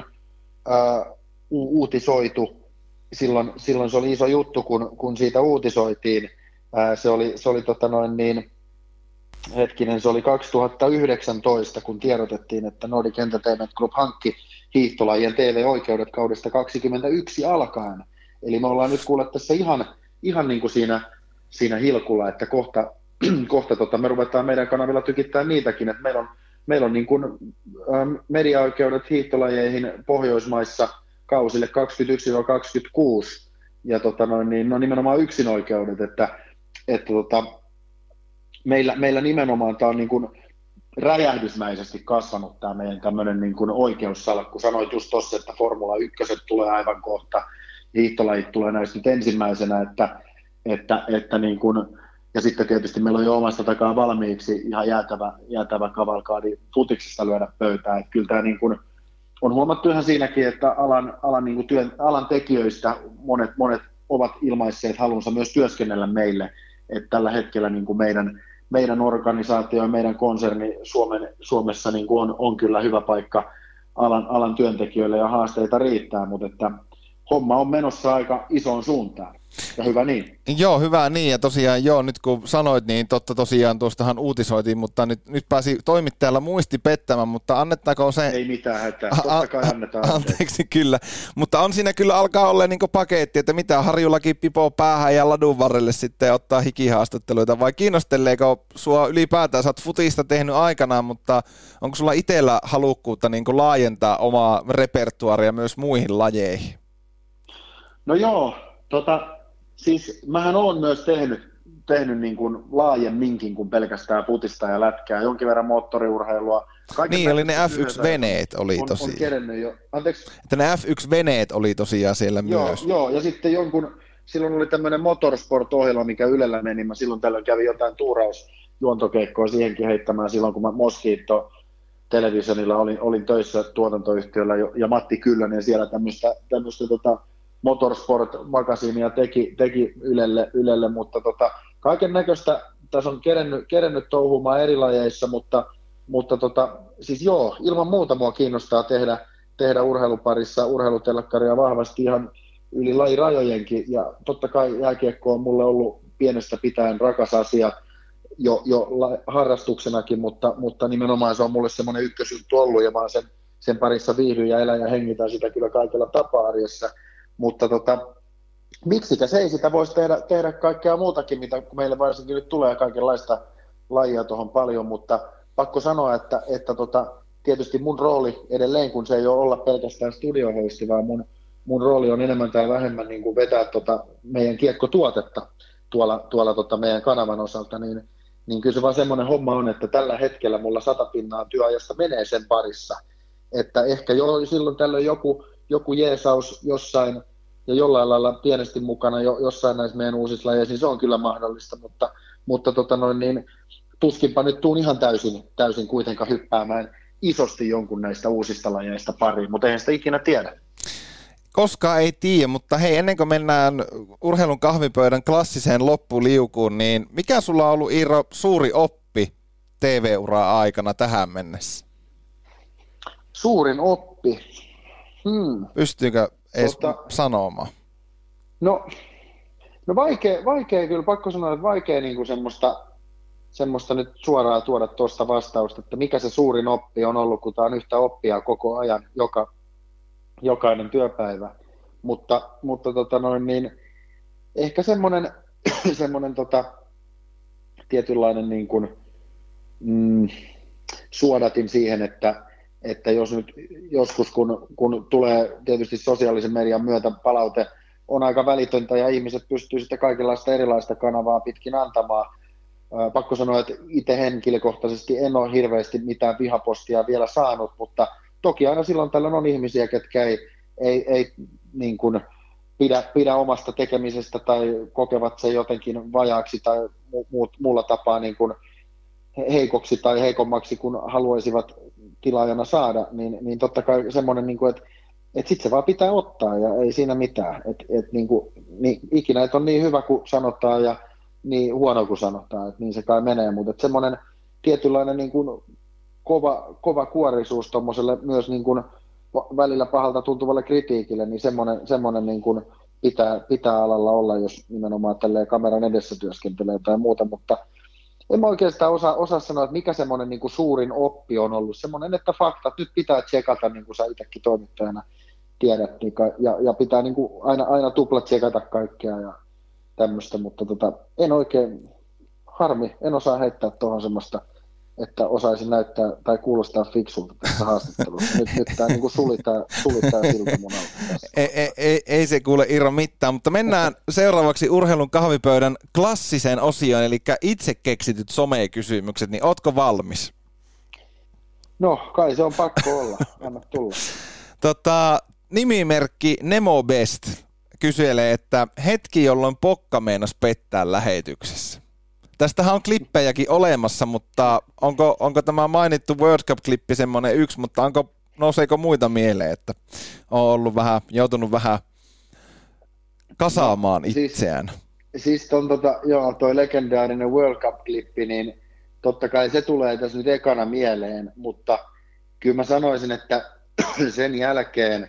[SPEAKER 3] äh, u- uutisoitu. Silloin, silloin se oli iso juttu, kun, kun siitä uutisoitiin. Äh, se oli, se oli tota noin niin, hetkinen, se oli kaksituhattayhdeksäntoista, kun tiedotettiin, että Nordic Entertainment Group hankki hiihtolajien T V-oikeudet kaudesta kaksikymmentäyksi alkaen. Eli me ollaan nyt kuullut tässä ihan, ihan niin kuin siinä, siinä hilkulla, että kohta, kohta tota, me ruvetaan meidän kanavilla tykittämään niitäkin, että meillä on meillä on niin kuin, ähm, mediaoikeudet hiihtolajeihin Pohjoismaissa kausille kaksikymmentäyksi kaksikymmentäkuusi, ja tota noin, niin, no nimenomaan yksinoikeudet, että, että tota, meillä, meillä nimenomaan tämä on niin kuin räjähdysmäisesti kasvanut tämä meidän tämmöinen niin kuin oikeussalkku. Sanoit just tuossa, että Formula yksi tulee aivan kohta, hiihtolajit tulee näistä nyt ensimmäisenä, että, että, että niin kuin, ja sitten tietysti meillä on jo omasta takaa valmiiksi ihan jäätävä, jäätävä kavalkaadi futiksesta lyödä pöytään. Että kyllä tämä niin kuin, on huomattu ihan siinäkin, että alan, alan, niin kuin työn, alan tekijöistä monet, monet ovat ilmaisseet halunsa myös työskennellä meille. Että tällä hetkellä niin kuin meidän, meidän organisaatio ja meidän konserni Suomen, Suomessa niin kuin on, on kyllä hyvä paikka alan, alan työntekijöille ja haasteita riittää, mutta että homma on menossa aika isoon suuntaan. Ja hyvä niin.
[SPEAKER 1] Joo, hyvä niin. Ja tosiaan joo, nyt kun sanoit, niin totta tosiaan tuostahan uutisoitiin, mutta nyt, nyt pääsi toimittajalla muisti pettämään, mutta annettaako se...
[SPEAKER 3] Ei mitään hätää, totta kai annetaan.
[SPEAKER 1] Anteeksi, kyllä. Mutta on siinä kyllä alkaa olla niin paketti, että mitä Harjullakin pipoo päähän ja ladun varrelle sitten ottaa hikihaastatteluita, vai kiinnosteleeko sua ylipäätään? Sä oot futista tehnyt aikanaan, mutta onko sulla itsellä halukkuutta niin laajentaa omaa repertuaaria myös muihin lajeihin?
[SPEAKER 3] No joo, tota... Siis mähän oon myös tehnyt, tehnyt niin kuin laajemminkin kuin pelkästään futista ja lätkää, jonkin verran moottoriurheilua. Kaiken
[SPEAKER 1] niin, oli ne F yksi -veneet oli
[SPEAKER 3] on,
[SPEAKER 1] tosiaan.
[SPEAKER 3] On kerennyt jo. Anteeksi?
[SPEAKER 1] Että ne F yksi -veneet oli tosiaan siellä
[SPEAKER 3] joo,
[SPEAKER 1] myös.
[SPEAKER 3] Joo, ja sitten jonkun, silloin oli tämmöinen motorsport-ohjelma, mikä Ylellä meni. Mä silloin tällöin kävin jotain tuurausjuontokeikkoa siihenkin heittämään silloin, kun mä Mosquito televisionilla olin, olin töissä tuotantoyhtiöllä ja Matti Kyllönen siellä tämmöistä, tämmöistä tota, Motorsport-magasiinia teki, teki Ylelle, Ylelle, mutta tota, kaiken näköistä tässä on kerennyt, kerennyt touhumaan eri lajeissa, mutta, mutta tota, siis joo, ilman muuta mua kiinnostaa tehdä, tehdä urheiluparissa urheilutelkkaria vahvasti ihan yli lajirajojenkin, ja totta kai jääkiekko on mulle ollut pienestä pitäen rakas asia jo, jo harrastuksenakin, mutta, mutta nimenomaan se on mulle semmoinen ykkösjuttu ollut, ja mä sen, sen parissa viihdyn ja elän ja hengitän sitä kyllä kaikella tapaa arjessa. Mutta tota, miksikä se ei sitä voisi tehdä, tehdä kaikkea muutakin, mitä meille varsinkin nyt tulee kaikenlaista lajia tuohon paljon, mutta pakko sanoa, että, että tota, tietysti mun rooli edelleen, kun se ei ole olla pelkästään studiohoisti, vaan mun, mun rooli on enemmän tai vähemmän niin kuin vetää tota meidän kiekkotuotetta tuolla, tuolla tota meidän kanavan osalta, niin, niin kyllä se vaan semmoinen homma on, että tällä hetkellä mulla sata pinnaa työajasta menee sen parissa, että ehkä jo silloin tällöin joku joku jeesaus jossain ja jollain lailla pienesti mukana jo, jossain näissä meidän uusissa lajeissa, niin se on kyllä mahdollista, mutta, mutta tota noin, niin, tuskinpa nyt tuun ihan täysin, täysin kuitenkaan hyppäämään isosti jonkun näistä uusista lajeista pariin, mutta eihän sitä ikinä tiedä.
[SPEAKER 1] Koskaan ei tiedä, mutta hei, ennen kuin mennään urheilun kahvipöydän klassiseen loppuliukuun, niin mikä sulla on ollut, Iiro, suuri oppi T V-uraa aikana tähän mennessä?
[SPEAKER 3] Suurin oppi? Hmm.
[SPEAKER 1] Pystyykö edes
[SPEAKER 3] tota,
[SPEAKER 1] sanomaan?
[SPEAKER 3] No, no vaikea, vaikea kyllä, pakko sanoa, että vaikea niin kuin semmoista, semmoista nyt suoraan tuoda tuosta vastausta, että mikä se suurin oppi on ollut, kun tämä on yhtä oppia koko ajan, joka, jokainen työpäivä. Mutta, mutta tota noin, niin, ehkä semmoinen, semmoinen tota, tietynlainen niin kuin, mm, suodatin siihen, että että jos nyt joskus, kun, kun tulee tietysti sosiaalisen median myötä palaute, on aika välitöntä ja ihmiset pystyy sitten kaikenlaista erilaista kanavaa pitkin antamaan. Pakko sanoa, että itse henkilökohtaisesti en ole hirveästi mitään vihapostia vielä saanut, mutta toki aina silloin tällöin on ihmisiä, ketkä ei, ei, ei niin kuin pidä, pidä omasta tekemisestä tai kokevat sen jotenkin vajaaksi tai mu, muulla tapaa niin kuin heikoksi tai heikommaksi, kun haluaisivat tilaajana saada, niin, niin totta kai semmoinen, niin kuin, että, että sitten se vaan pitää ottaa ja ei siinä mitään. Et, et, niin kuin, niin, ikinä et on niin hyvä kuin sanotaan ja niin huono kuin sanotaan, että niin se kai menee, mutta semmoinen tietynlainen niin kuin kova, kova kuorisuus tuommoiselle myös niin kuin välillä pahalta tuntuvalle kritiikille, niin semmoinen, semmoinen niin kuin pitää, pitää alalla olla, jos nimenomaan tälleen kameran edessä työskentelee tai muuta, mutta en mä oikeastaan osaa, osaa sanoa, että mikä semmoinen niin kuin suurin oppi on ollut. Semmoinen, että faktat nyt pitää tsekata, niin kuin sä itsekin toimittajana tiedät, niin ka, ja, ja pitää niin kuin aina, aina tuplat tsekata kaikkea ja tämmöistä, mutta tota, en oikein, harmi, en osaa heittää tuohon semmoista että osaisin näyttää tai kuulostaa fiksulta tässä haastattelussa. Nyt, nyt tämä niin sulitaan, sulitaan siltä mun alta.
[SPEAKER 1] Ei, ei, ei, ei se kuule Iiro mitään, mutta mennään seuraavaksi urheilun kahvipöydän klassiseen osioon, eli itse keksityt somekysymykset, niin ootko valmis?
[SPEAKER 3] No, kai se on pakko olla. Anna tulla.
[SPEAKER 1] Tota, nimimerkki Nemo Best kyselee, että hetki, jolloin pokka meinas pettää lähetyksessä. Tästähän on klippejäkin olemassa, mutta onko, onko tämä mainittu World Cup-klippi semmoinen yksi, mutta onko, nouseeko muita mieleen, että on ollut vähän, joutunut vähän kasaamaan itseään?
[SPEAKER 3] Siis, siis ton, tota, joo, toi legendaarinen World Cup-klippi, niin totta kai se tulee tässä nyt ekana mieleen, mutta kyllä mä sanoisin, että sen jälkeen,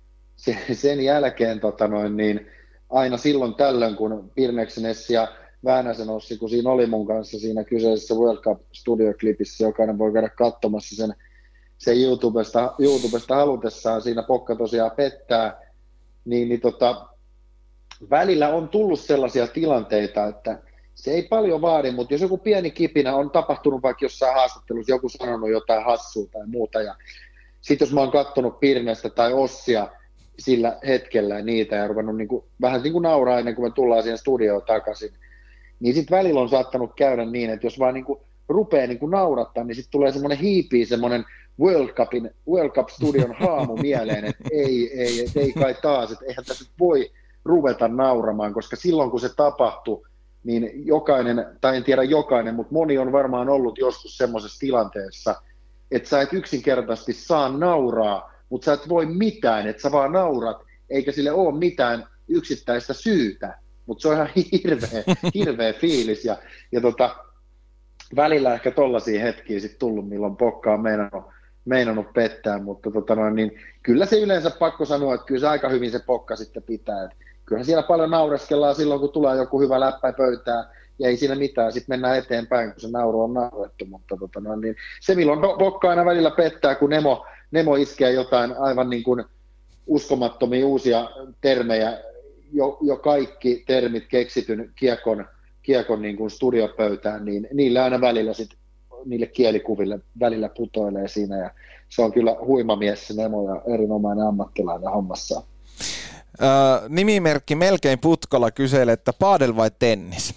[SPEAKER 3] sen jälkeen tota noin, niin aina silloin tällöin, kun Pirneksen Essi ja Väänäsen Ossi, kun siinä oli mun kanssa siinä kyseisessä World Cup Studio-klipissä, jokainen voi käydä katsomassa sen, sen YouTubesta, YouTubesta halutessaan, siinä pokka tosiaan pettää, niin, niin tota, välillä on tullut sellaisia tilanteita, että se ei paljon vaadi, mutta jos joku pieni kipinä on tapahtunut vaikka jossain haastattelussa, joku sanonut jotain hassua tai muuta, ja sitten jos mä oon katsonut Pirnestä tai Ossia sillä hetkellä niitä ja ruvennut niin kuin, vähän niin kuin nauraa ennen kuin me tullaan siihen studioon takaisin, niin sitten välillä on saattanut käydä niin, että jos vaan niin kuin rupeaa niin kuin naurattaa, niin sitten tulee semmoinen hiipii, semmoinen World Cupin, World Cup Studion haamu mieleen, että ei, ei, et ei kai taas, että eihän tässä voi ruveta nauramaan, koska silloin kun se tapahtui, niin jokainen, tai en tiedä jokainen, mutta moni on varmaan ollut joskus semmoisessa tilanteessa, että sä et yksinkertaisesti saa nauraa, mutta sä et voi mitään, että sä vaan naurat, eikä sille ole mitään yksittäistä syytä, mutta se on ihan hirveä, hirveä fiilis, ja, ja tota, välillä ehkä tollaisia hetkiä sitten tullut, milloin pokka on meinannut, meinannut pettää, mutta tota noin, niin kyllä se yleensä pakko sanoa, että kyllä se aika hyvin se pokka sitten pitää, että kyllähän siellä paljon naureskellaan silloin, kun tulee joku hyvä läppä pöytään, ja ei siinä mitään, sitten mennään eteenpäin, kun se nauru on naurettu, mutta tota noin, niin se milloin pokka aina välillä pettää, kun Nemo, Nemo iskee jotain aivan niin kuin uskomattomia uusia termejä, jo, jo kaikki termit keksityn kiekon, kiekon niin kuin studiopöytään, niin niillä aina välillä sit, niille kielikuville välillä putoilee siinä, ja se on kyllä huima mies se Nemo ja erinomainen ammattilainen hommassaan.
[SPEAKER 1] Öö, nimimerkki Melkein Putkola kyselee, että paadel vai tennis?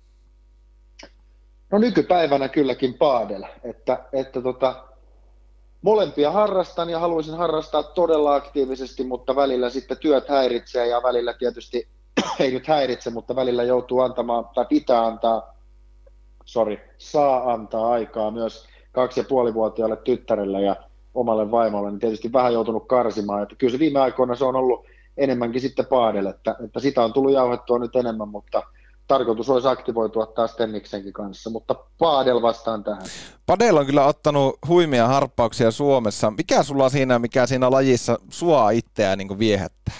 [SPEAKER 3] No nykypäivänä kylläkin paadel, että, että tota, molempia harrastan ja haluaisin harrastaa todella aktiivisesti, mutta välillä sitten työt häiritsee ja välillä tietysti, ei nyt häiritse, mutta välillä joutuu antamaan tai pitää antaa, sorry, saa antaa aikaa myös kaksi ja puolivuotiaalle tyttärelle ja omalle vaimolle, niin tietysti vähän joutunut karsimaan, että kyllä se viime aikoina se on ollut enemmänkin sitten paadel, että, että sitä on tullut jauhettua nyt enemmän, mutta tarkoitus olisi aktivoitua taas tenniksenkin kanssa, mutta paadel vastaan tähän.
[SPEAKER 1] Padel on kyllä ottanut huimia harppauksia Suomessa. Mikä sulla siinä, mikä siinä lajissa sua itseään niin kuin viehättää?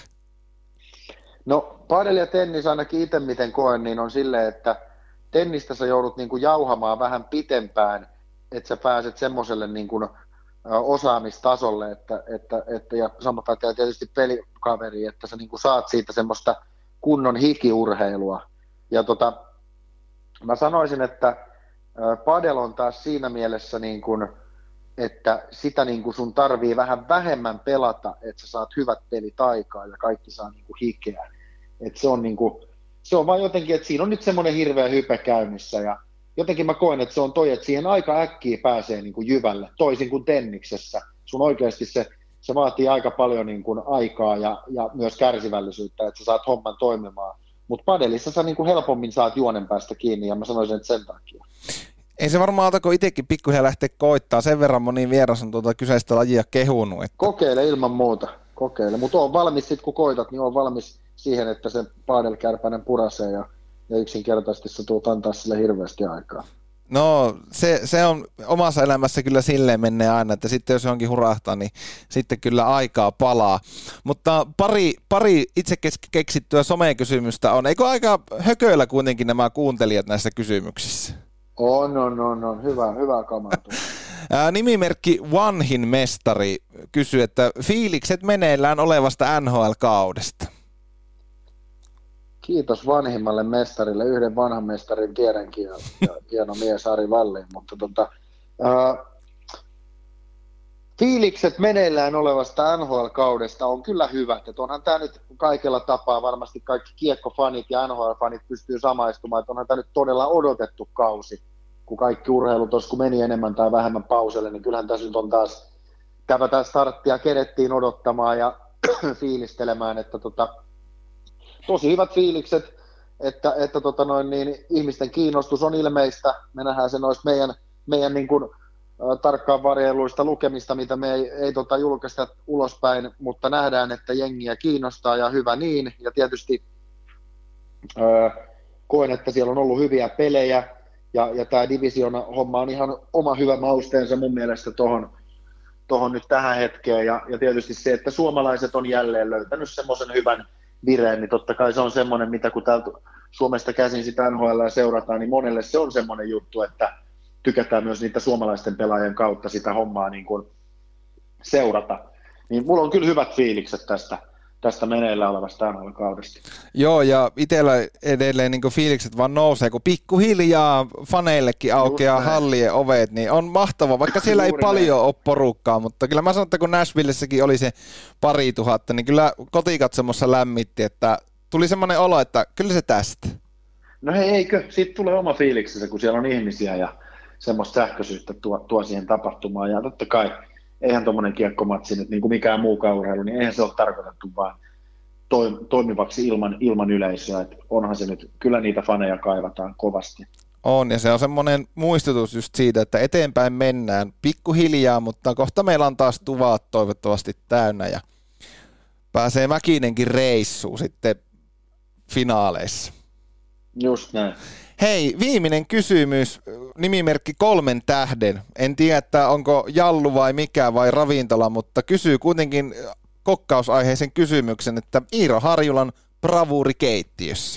[SPEAKER 3] No paadel ja tennis ainakin itse miten koen, niin on silleen, että tennistä sä joudut niin kuin jauhamaan vähän pitempään, että sä pääset semmoiselle niin kuin osaamistasolle, että, että, että ja sanotaan tietysti pelikaveri, että sä niin kuin saat siitä semmoista kunnon hikiurheilua. Ja tota, mä sanoisin, että padel on taas siinä mielessä, niin kuin, että sitä niin kuin sun tarvii vähän vähemmän pelata, että sä saat hyvät pelit aikaa ja kaikki saa niin kuin hikeä. Et se on niin kuin, se on vaan jotenkin, että siinä on nyt semmoinen hirveä hype käynnissä ja jotenkin mä koen, että se on toi, että siihen aika äkkiä pääsee niin kuin jyvälle, toisin kuin tenniksessä. Sun oikeasti se, se vaatii aika paljon niin kuin aikaa ja, ja myös kärsivällisyyttä, että sä saat homman toimimaan. Mutta padelissa sä niin kuin helpommin saat juonen päästä kiinni, ja mä sanoisin, että sen takia.
[SPEAKER 1] Ei se varmaan auta, kun itsekin pikkuhiljaa lähtee koittaa. Sen verran moni vieras on tuota kyseistä lajia kehunut. Että...
[SPEAKER 3] Kokeile ilman muuta, kokeile. Mutta on valmis sitten, kun koitat, niin on valmis siihen, että se padelkärpäinen purasee, ja, ja yksinkertaisesti sä tulet antaa sille hirveästi aikaa.
[SPEAKER 1] No se, se on omassa elämässä kyllä silleen menee aina, että sitten jos johonkin hurahtaa, niin sitten kyllä aikaa palaa. Mutta pari, pari itse keksittyä somekysymystä on. Eikö aika hököillä kuitenkin nämä kuuntelijat näissä kysymyksissä?
[SPEAKER 3] On, on, on, on. Hyvä, hyvä kamantu.
[SPEAKER 1] Nimimerkki Vanhin mestari kysyy, että fiilikset meneillään olevasta N H L-kaudesta.
[SPEAKER 3] Kiitos vanhimmalle mestarille, yhden vanhan mestarin tiedänkin ja, ja hieno mies Ari Wallin, mutta tota, Äh, fiilikset meneillään olevasta N H L-kaudesta on kyllä hyvät, että onhan tämä nyt kaikella tapaa, varmasti kaikki kiekkofanit ja N H L-fanit pystyy samaistumaan, että onhan tämä nyt todella odotettu kausi, kun kaikki urheilu tuossa kun meni enemmän tai vähemmän pauselle, niin kyllähän tässä nyt on taas, tätä starttia kerettiin odottamaan ja fiilistelemään, että tota, tosi hyvät fiilikset, että, että tota noin, niin, ihmisten kiinnostus on ilmeistä, me nähdään se noista meidän, meidän niin kuin, tarkkaan varjeluista lukemista, mitä me ei, ei tota julkaista ulospäin, mutta nähdään, että jengiä kiinnostaa ja hyvä niin. Ja tietysti öö, koen, että siellä on ollut hyviä pelejä ja, ja tämä divisiona homma on ihan oma hyvä mausteensa mun mielestä tohon, tohon nyt tähän hetkeen. Ja, ja tietysti se, että suomalaiset on jälleen löytänyt semmoisen hyvän vireen, niin totta kai se on semmoinen, mitä kun täältä Suomesta käsin sitä N H L seurataan, niin monelle se on semmoinen juttu, että tykätään myös niitä suomalaisten pelaajien kautta sitä hommaa niin kuin seurata. Niin mulla on kyllä hyvät fiilikset tästä, tästä meneillä olevasta N H L-kaudesta.
[SPEAKER 1] Joo, ja itsellä edelleen niin fiilikset vaan nousee, kun pikkuhiljaa faneillekin aukeaa hallien ovet, niin on mahtavaa, vaikka siellä ei paljon ole porukkaa, mutta kyllä mä sanon, että kun Nashvillessäkin oli se pari tuhatta, niin kyllä kotikatsomossa lämmitti, että tuli semmoinen olo, että kyllä se tästä.
[SPEAKER 3] No hei, eikö? Siitä tulee oma fiiliksensä, kun siellä on ihmisiä ja semmoista sähköisyyttä tuo, tuo siihen tapahtumaan, ja totta kai eihän tuommoinen kiekkomatsi nyt niin kuin mikään muukaan urheilu, niin eihän se ole tarkoitettu vaan toimivaksi ilman, ilman yleisöä, että onhan se nyt, kyllä niitä faneja kaivataan kovasti.
[SPEAKER 1] On, ja se on semmoinen muistutus just siitä, että eteenpäin mennään pikkuhiljaa, mutta kohta meillä on taas tuvat toivottavasti täynnä, ja pääsee Mäkinenkin reissuun sitten finaaleissa.
[SPEAKER 3] Just näin.
[SPEAKER 1] Hei, viimeinen kysymys, nimimerkki kolmen tähden. En tiedä, että onko Jallu vai mikä vai ravintola, mutta kysyy kuitenkin kokkausaiheisen kysymyksen, että Iiro Harjulan bravuuri keittiössä.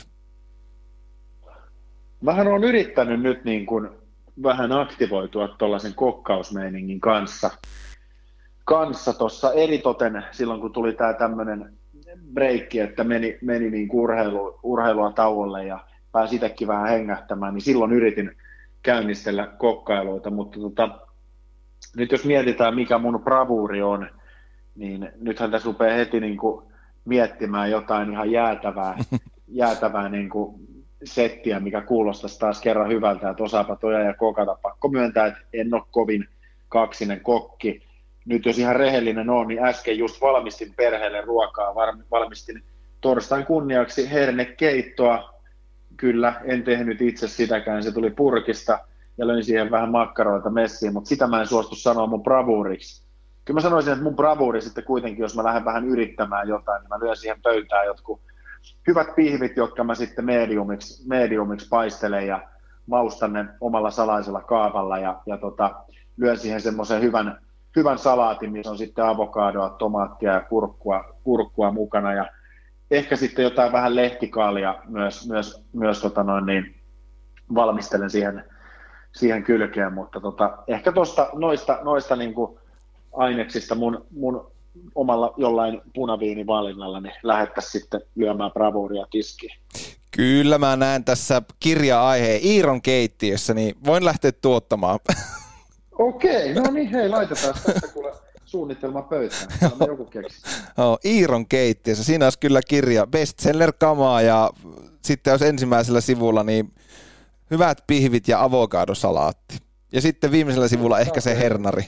[SPEAKER 3] Mähän olen yrittänyt nyt niin kuin vähän aktivoitua tuollaisen kokkausmeiningin kanssa. Kanssa tuossa eritoten silloin, kun tuli tämä tämmöinen breikki, että meni, meni niin kuin urheilu, urheilua tauolle ja pääsi itsekin vähän hengähtämään, niin silloin yritin käynnistellä kokkailuita, mutta tota, nyt jos mietitään, mikä mun bravuuri on, niin nythän tässä rupeaa heti niin kuin miettimään jotain ihan jäätävää, jäätävää niin kuin settiä, mikä kuulostaisi taas kerran hyvältä, että osaapa toja ja kokata. Pakko myöntää, että en ole kovin kaksinen kokki. Nyt jos ihan rehellinen on, niin äsken just valmistin perheelle ruokaa, valmistin torstain kunniaksi hernekeittoa. Kyllä, en tehnyt itse sitäkään, se tuli purkista ja löin siihen vähän makkaroita messiin, mutta sitä mä en suostu sanoa mun bravuuriksi. Kyllä mä sanoisin, että mun bravuuri sitten kuitenkin, jos mä lähden vähän yrittämään jotain, niin mä lyön siihen pöytään jotkut hyvät pihvit, jotka mä sitten mediumiksi, mediumiksi paistelen ja maustan ne omalla salaisella kaavalla ja, ja tota, lyön siihen semmoisen hyvän, hyvän salaatin, missä on sitten avokadoa, tomaattia ja kurkkua, kurkkua mukana ja ehkä sitten jotain vähän lehtikaalia myös, myös, myös tota noin niin, valmistelen siihen, siihen kylkeen, mutta tota, ehkä tosta, noista, noista niin kuin aineksista mun, mun omalla jollain punaviinivalinnalla niin lähettäisiin sitten lyömään bravuuria tiskiin.
[SPEAKER 1] Kyllä mä näen tässä kirja-aiheen Iiron keittiössä, niin voin lähteä tuottamaan.
[SPEAKER 3] Okei, no niin hei, laitetaan tästä kuule suunnitelma pöytään. Joku keksi.
[SPEAKER 1] Oh, Iiron keittiössä. Siinä olisi kyllä kirja bestseller-kamaa ja sitten jos ensimmäisellä sivulla niin hyvät pihvit ja avokadosalaatti. Ja sitten viimeisellä sivulla ehkä se hernari.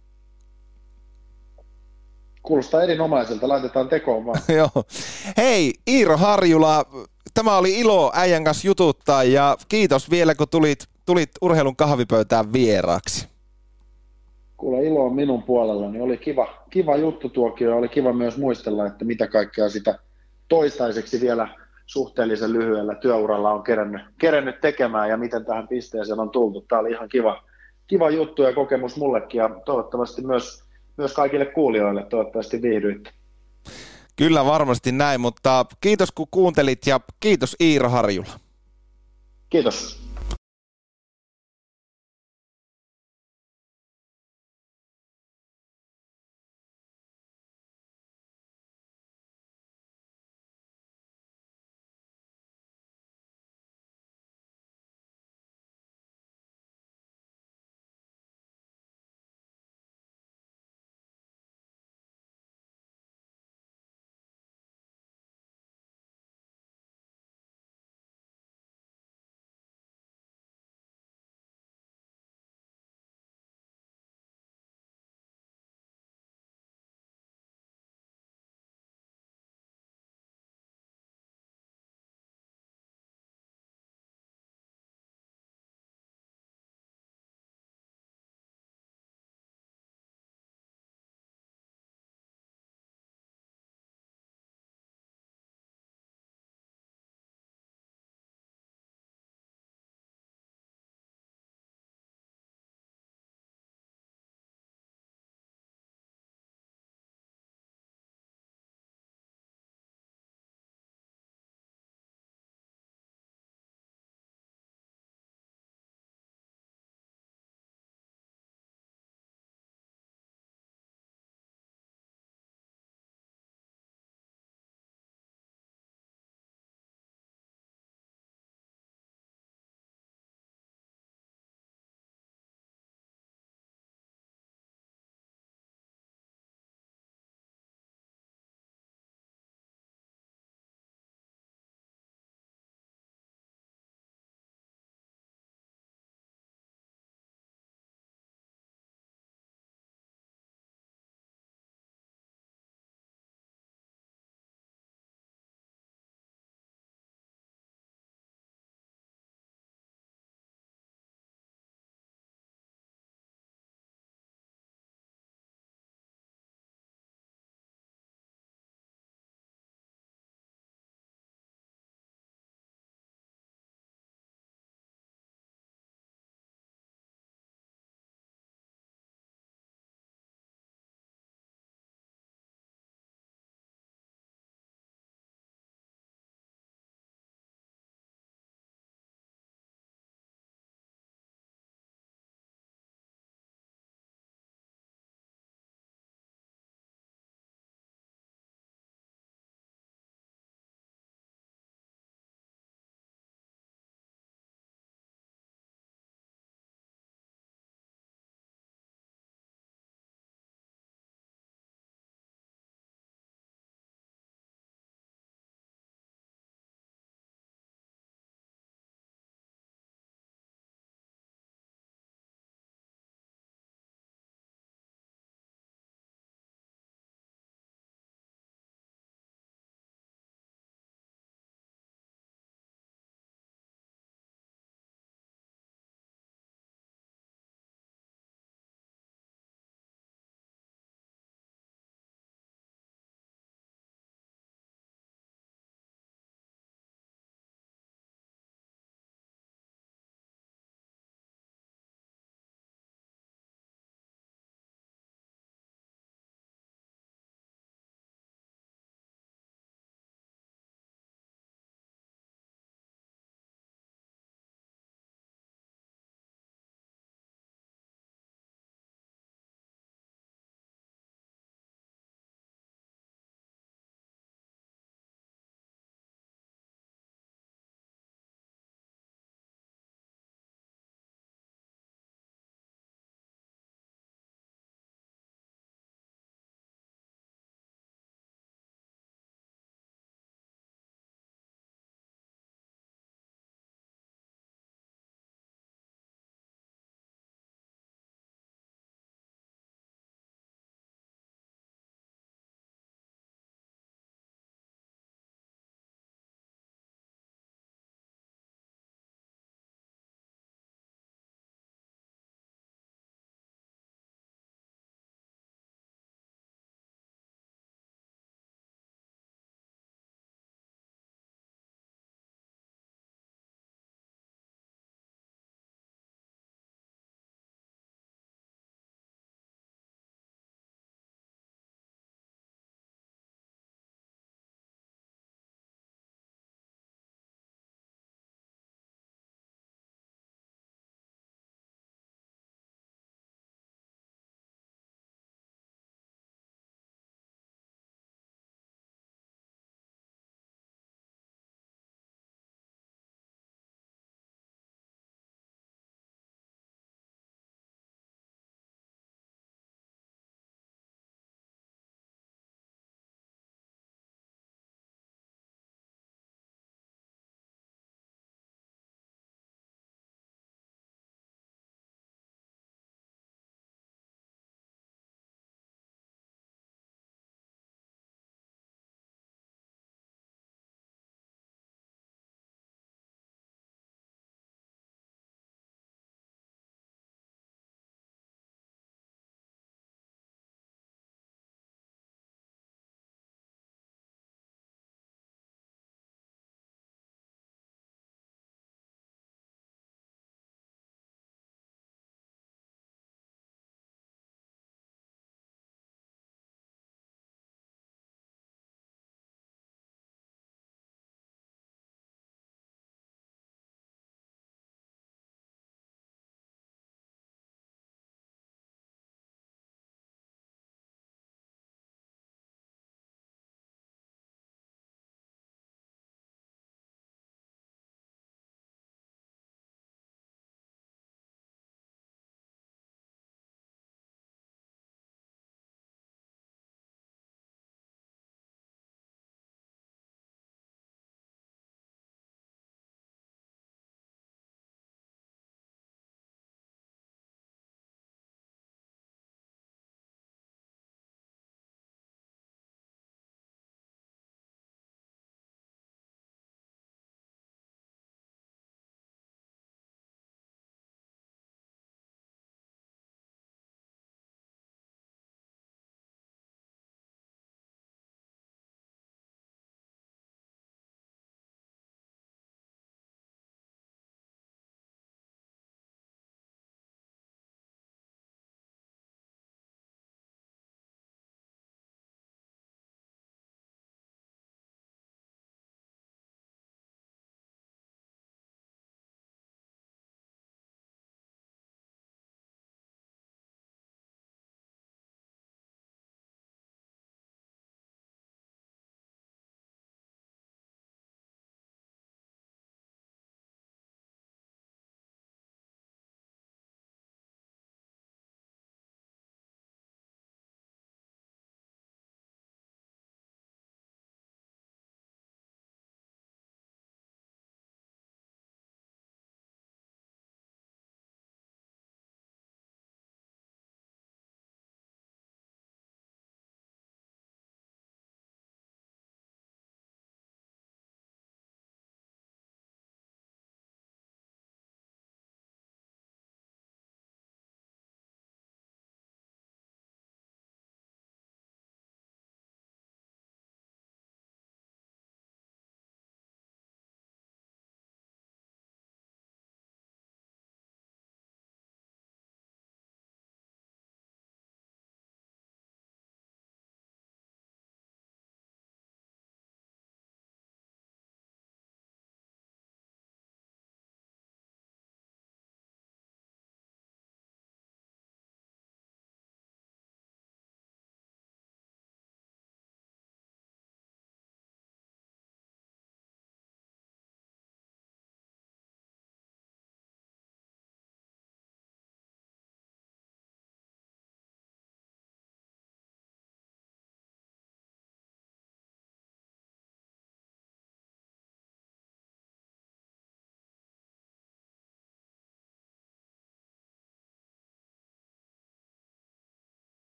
[SPEAKER 3] Kuulostaa erinomaiselta. Laitetaan tekoon vaan.
[SPEAKER 1] Joo. Hei Iiro Harjula, tämä oli ilo äijän kanssa jututtaa ja kiitos vielä kun tulit, tulit urheilun kahvipöytään vieraaksi.
[SPEAKER 3] Kuule, ilo on minun puolellani. Oli kiva, kiva juttu tuokio ja oli kiva myös muistella, että mitä kaikkea sitä toistaiseksi vielä suhteellisen lyhyellä työuralla on kerännyt, kerännyt tekemään ja miten tähän pisteeseen on tultu. Tämä oli ihan kiva, kiva juttu ja kokemus mullekin ja toivottavasti myös, myös kaikille kuulijoille. Toivottavasti viihdyitte.
[SPEAKER 1] Kyllä varmasti näin, mutta kiitos kun kuuntelit ja kiitos Iiro Harjula.
[SPEAKER 3] Kiitos.